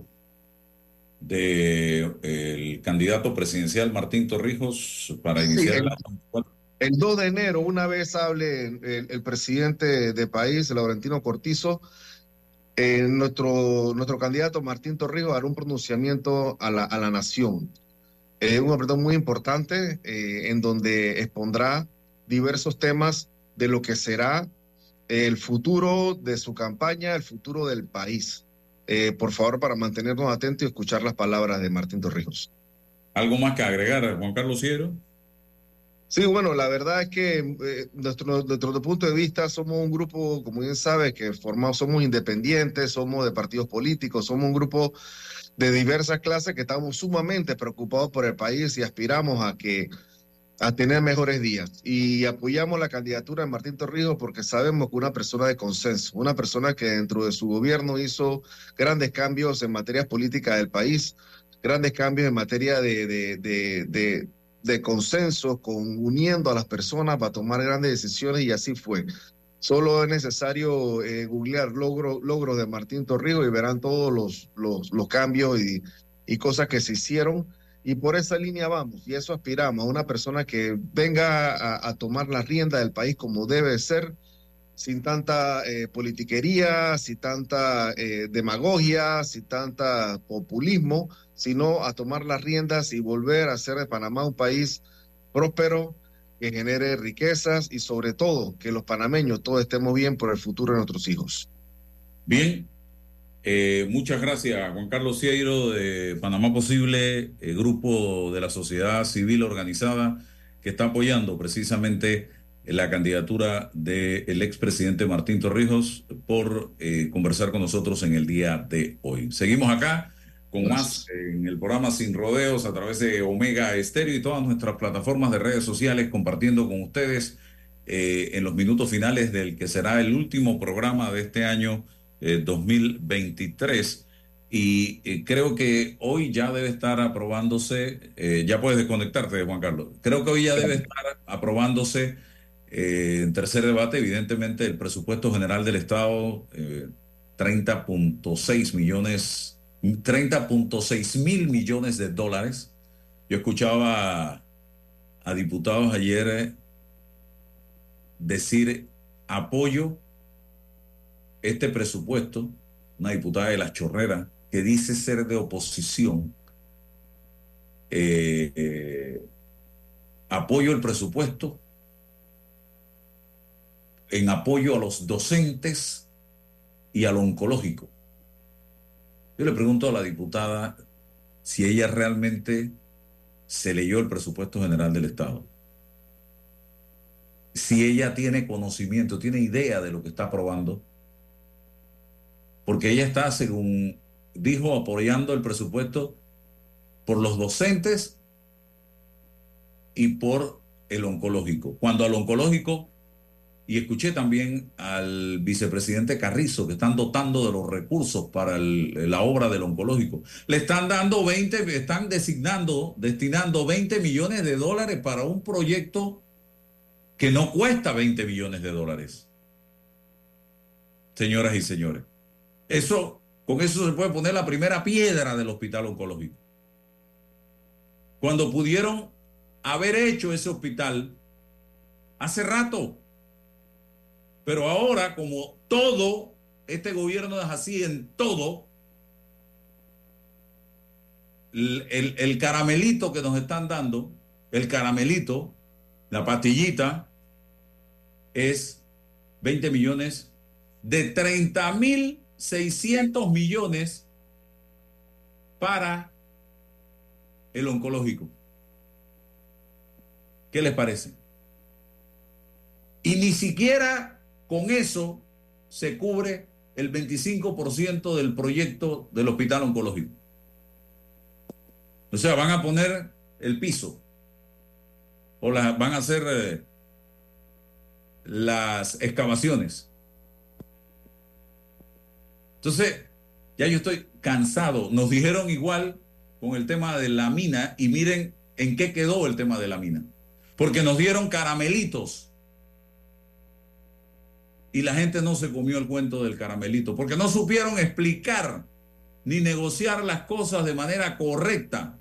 del de candidato presidencial Martín Torrijos para iniciar sí, el, la... el dos de enero, una vez hable el, el presidente de país, Laurentino Cortizo, Eh, nuestro, nuestro candidato Martín Torrijos hará un pronunciamiento a la, a la nación. Es eh, un apretón muy importante eh, en donde expondrá diversos temas de lo que será el futuro de su campaña, el futuro del país. Eh, por favor, para mantenernos atentos y escuchar las palabras de Martín Torrijos. ¿Algo más que agregar, Juan Carlos Ciero? Sí, bueno, la verdad es que eh, nuestro, nuestro punto de vista somos un grupo, como bien sabe, que formamos, somos independientes, somos de partidos políticos, somos un grupo de diversas clases que estamos sumamente preocupados por el país y aspiramos a que a tener mejores días. Y apoyamos la candidatura de Martín Torrijos porque sabemos que una persona de consenso, una persona que dentro de su gobierno hizo grandes cambios en materias políticas del país, grandes cambios en materia de, de, de, de de consenso, con uniendo a las personas para tomar grandes decisiones, y así fue. Solo es necesario eh, googlear logro, logros de Martín Torrijos y verán todos los, los, los cambios y, y cosas que se hicieron, y por esa línea vamos, y eso aspiramos, a una persona que venga a, a tomar la rienda del país como debe ser, sin tanta eh, politiquería, sin tanta eh, demagogia, sin tanta populismo, sino a tomar las riendas y volver a hacer de Panamá un país próspero, que genere riquezas y sobre todo que los panameños todos estemos bien por el futuro de nuestros hijos. Bien, eh, muchas gracias Juan Carlos Cieiro de Panamá Posible, el grupo de la sociedad civil organizada que está apoyando precisamente la candidatura del expresidente Martín Torrijos, por eh, conversar con nosotros en el día de hoy. Seguimos acá con Gracias. Más en el programa Sin Rodeos a través de Omega Estéreo y todas nuestras plataformas de redes sociales, compartiendo con ustedes eh, en los minutos finales del que será el último programa de este año eh, dos mil veintitrés. Y eh, creo que hoy ya debe estar aprobándose, eh, ya puedes desconectarte, Juan Carlos, creo que hoy ya debe estar aprobándose Eh, en tercer debate, evidentemente, el presupuesto general del Estado, eh, treinta punto seis millones, treinta punto seis mil millones de dólares. Yo escuchaba a, a diputados ayer eh, decir apoyo este presupuesto, una diputada de Las Chorreras que dice ser de oposición, eh, eh, apoyo el presupuesto en apoyo a los docentes y al oncológico. Yo le pregunto a la diputada si ella realmente se leyó el presupuesto general del Estado, si ella tiene conocimiento, tiene idea de lo que está aprobando, porque ella está, según dijo, apoyando el presupuesto por los docentes y por el oncológico. Cuando al oncológico, y escuché también al vicepresidente Carrizo, que están dotando de los recursos para el, la obra del oncológico. Le están dando veinte, están designando, destinando veinte millones de dólares para un proyecto que no cuesta veinte millones de dólares. Señoras y señores, eso, con eso se puede poner la primera piedra del hospital oncológico. Cuando pudieron haber hecho ese hospital hace rato. Pero ahora, como todo, este gobierno es así en todo, el, el, el caramelito que nos están dando, el caramelito, la pastillita, es veinte millones de treinta mil seiscientos millones para el oncológico. ¿Qué les parece? Y ni siquiera con eso se cubre el veinticinco por ciento del proyecto del hospital oncológico. O sea, van a poner el piso o la, van a hacer eh, las excavaciones. Entonces, ya yo estoy cansado. Nos dijeron igual con el tema de la mina y miren en qué quedó el tema de la mina. Porque nos dieron caramelitos. Y la gente no se comió el cuento del caramelito, porque no supieron explicar ni negociar las cosas de manera correcta,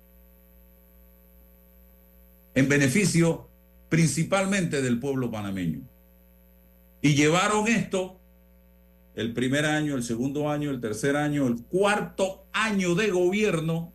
en beneficio principalmente del pueblo panameño. Y llevaron esto el primer año, el segundo año, el tercer año, el cuarto año de gobierno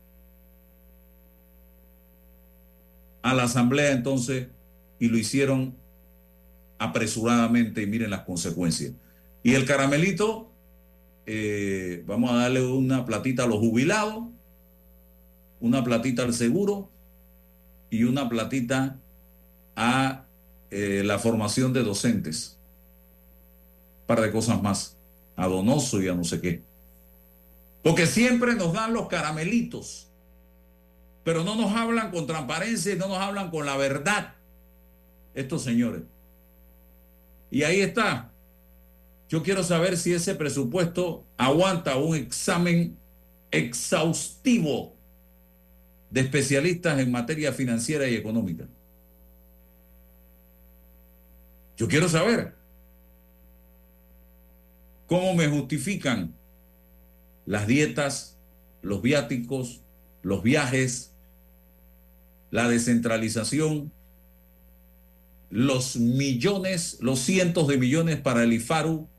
a la asamblea entonces, y lo hicieron apresuradamente, y miren las consecuencias. Y el caramelito, eh, vamos a darle una platita a los jubilados, una platita al seguro y una platita a eh, la formación de docentes. Un par de cosas más. A Donoso y a no sé qué. Porque siempre nos dan los caramelitos, pero no nos hablan con transparencia y no nos hablan con la verdad estos señores. Y ahí está. Yo quiero saber si ese presupuesto aguanta un examen exhaustivo de especialistas en materia financiera y económica. Yo quiero saber cómo me justifican las dietas, los viáticos, los viajes, la descentralización, los millones, los cientos de millones para el IFARU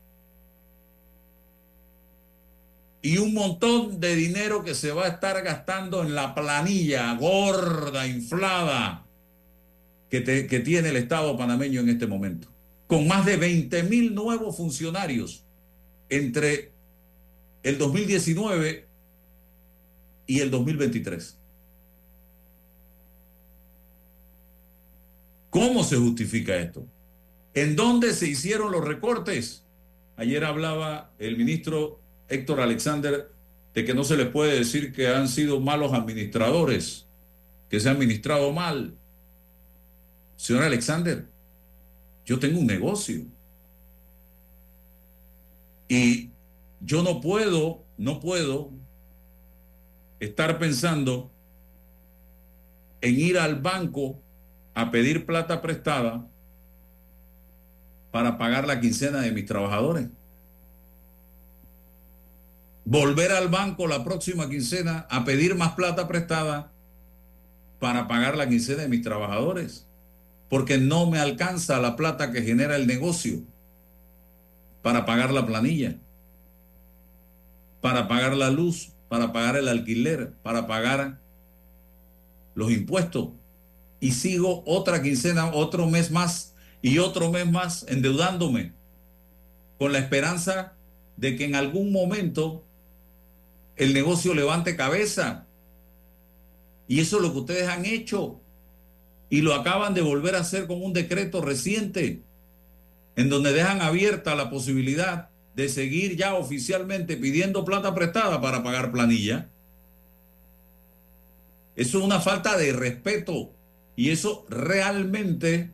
y un montón de dinero que se va a estar gastando en la planilla gorda, inflada, que, te, que tiene el Estado panameño en este momento, con más de veinte mil nuevos funcionarios entre el dos mil diecinueve y el dos mil veintitrés. ¿Cómo se justifica esto? ¿En dónde se hicieron los recortes? Ayer hablaba el ministro Héctor Alexander de que no se les puede decir que han sido malos administradores, que se han administrado mal. Señor Alexander, yo tengo un negocio y yo no puedo, no puedo estar pensando en ir al banco a pedir plata prestada para pagar la quincena de mis trabajadores. Volver al banco la próxima quincena a pedir más plata prestada para pagar la quincena de mis trabajadores, porque no me alcanza la plata que genera el negocio para pagar la planilla, para pagar la luz, para pagar el alquiler, para pagar los impuestos. Y sigo otra quincena, otro mes más y otro mes más endeudándome con la esperanza de que en algún momento el negocio levante cabeza. Y eso es lo que ustedes han hecho y lo acaban de volver a hacer con un decreto reciente en donde dejan abierta la posibilidad de seguir ya oficialmente pidiendo plata prestada para pagar planilla. Eso es una falta de respeto y eso realmente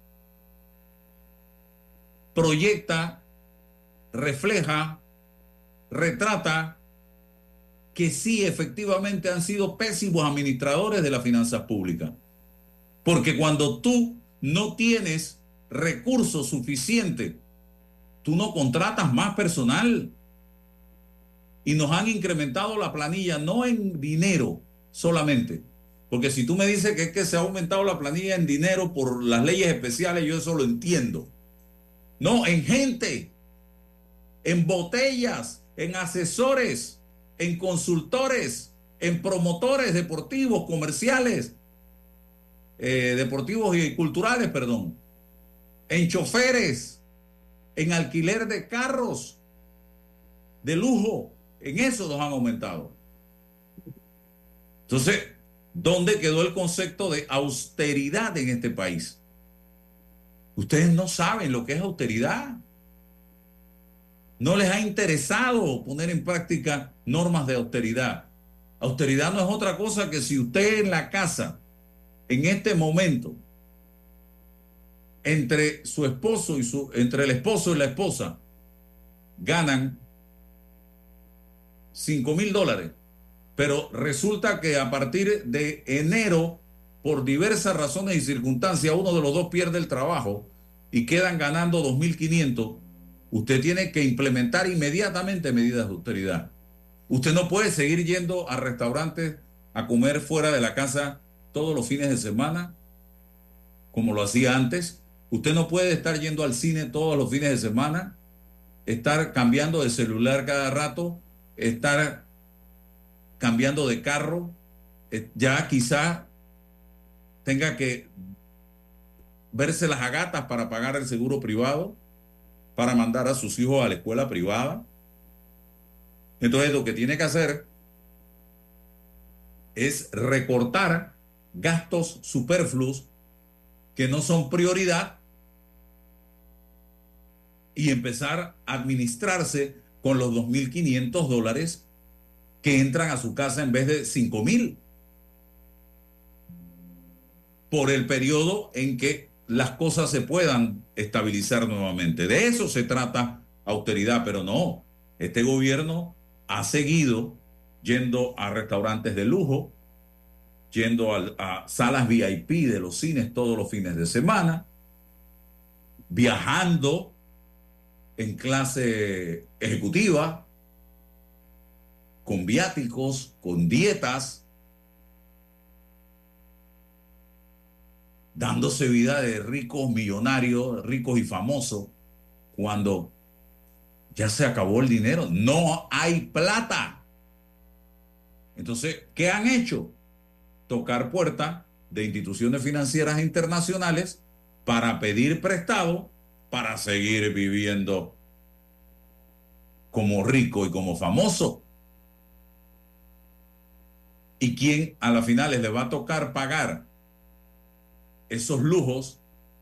proyecta, refleja, retrata que sí efectivamente han sido pésimos administradores de las finanzas públicas. Porque cuando tú no tienes recursos suficientes, tú no contratas más personal. Y nos han incrementado la planilla, no en dinero solamente. Porque si tú me dices que es que se ha aumentado la planilla en dinero por las leyes especiales, yo eso lo entiendo. No, en gente, en botellas, en asesores, en consultores, en promotores deportivos, comerciales, eh, deportivos y culturales, perdón, en choferes, en alquiler de carros de lujo, en eso nos han aumentado. Entonces, ¿dónde quedó el concepto de austeridad en este país? Ustedes no saben lo que es austeridad. No les ha interesado poner en práctica normas de austeridad. Austeridad no es otra cosa que si usted en la casa, en este momento, entre su esposo y su, entre el esposo y la esposa, ganan cinco mil dólares, pero resulta que a partir de enero, por diversas razones y circunstancias, uno de los dos pierde el trabajo y quedan ganando dos mil quinientos. Usted tiene que implementar inmediatamente medidas de austeridad. Usted no puede seguir yendo a restaurantes a comer fuera de la casa todos los fines de semana, como lo hacía antes. Usted no puede estar yendo al cine todos los fines de semana, estar cambiando de celular cada rato, estar cambiando de carro. Ya quizá tenga que verse las agatas para pagar el seguro privado, para mandar a sus hijos a la escuela privada. Entonces lo que tiene que hacer es recortar gastos superfluos que no son prioridad y empezar a administrarse con los dos mil quinientos dólares que entran a su casa en vez de cinco mil por el periodo en que las cosas se puedan estabilizar nuevamente. De eso se trata austeridad, pero no. Este gobierno ha seguido yendo a restaurantes de lujo, yendo a, a salas V I P de los cines todos los fines de semana, viajando en clase ejecutiva, con viáticos, con dietas, dándose vida de ricos millonarios, ricos y famosos, cuando ya se acabó el dinero, no hay plata. Entonces, ¿qué han hecho? Tocar puerta de instituciones financieras internacionales para pedir prestado para seguir viviendo como rico y como famoso. ¿Y quién a las finales le va a tocar pagar esos lujos?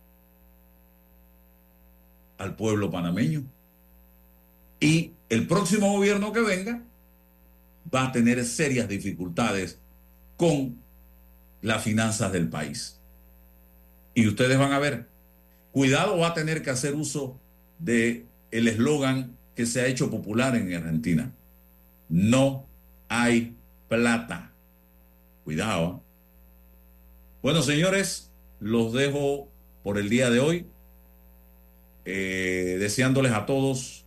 Al pueblo panameño. Y el próximo gobierno que venga va a tener serias dificultades con las finanzas del país. Y ustedes van a ver, cuidado, va a tener que hacer uso de el eslogan que se ha hecho popular en Argentina: no hay plata. Cuidado. Bueno, señores, los dejo por el día de hoy, eh, deseándoles a todos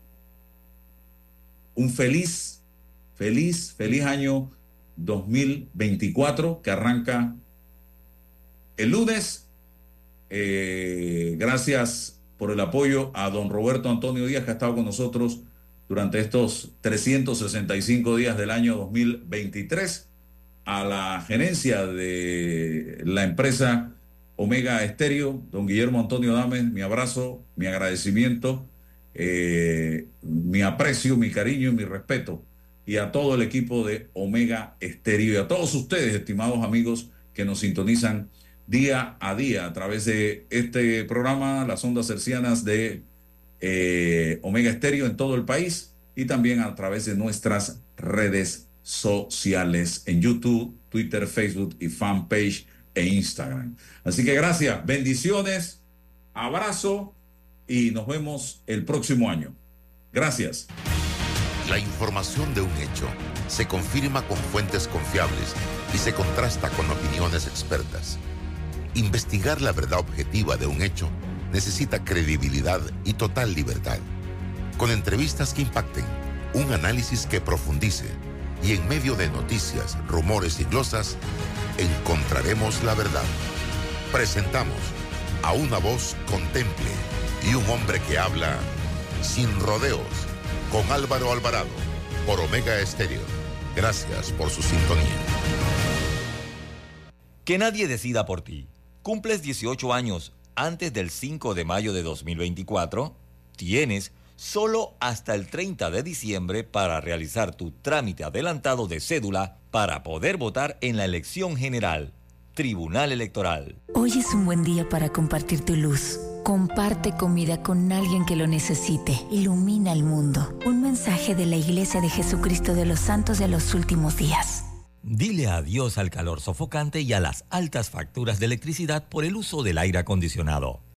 un feliz, feliz, feliz año dos mil veinticuatro, que arranca el lunes. Eh, gracias por el apoyo a don Roberto Antonio Díaz, que ha estado con nosotros durante estos trescientos sesenta y cinco días del año dos mil veintitrés. A la gerencia de la empresa Omega Estéreo, don Guillermo Antonio Dames, mi abrazo, mi agradecimiento, eh, mi aprecio, mi cariño y mi respeto. Y a todo el equipo de Omega Estéreo y a todos ustedes, estimados amigos, que nos sintonizan día a día a través de este programa, las ondas hercianas de eh, Omega Estéreo en todo el país, y también a través de nuestras redes sociales en YouTube, Twitter, Facebook y fanpage e Instagram. Así que gracias, bendiciones, abrazo y nos vemos el próximo año. Gracias. La información de un hecho se confirma con fuentes confiables y se contrasta con opiniones expertas. Investigar la verdad objetiva de un hecho necesita credibilidad y total libertad. Con entrevistas que impacten, un análisis que profundice, y en medio de noticias, rumores y glosas, encontraremos la verdad. Presentamos a una voz contemple y un hombre que habla sin rodeos, con Álvaro Alvarado, por Omega Estéreo. Gracias por su sintonía. Que nadie decida por ti. ¿Cumples dieciocho años antes del cinco de mayo de dos mil veinticuatro? Tienes solo hasta el treinta de diciembre para realizar tu trámite adelantado de cédula para poder votar en la elección general. Tribunal Electoral. Hoy es un buen día para compartir tu luz. Comparte comida con alguien que lo necesite. Ilumina el mundo. Un mensaje de la Iglesia de Jesucristo de los Santos de los Últimos Días. Dile adiós al calor sofocante y a las altas facturas de electricidad por el uso del aire acondicionado.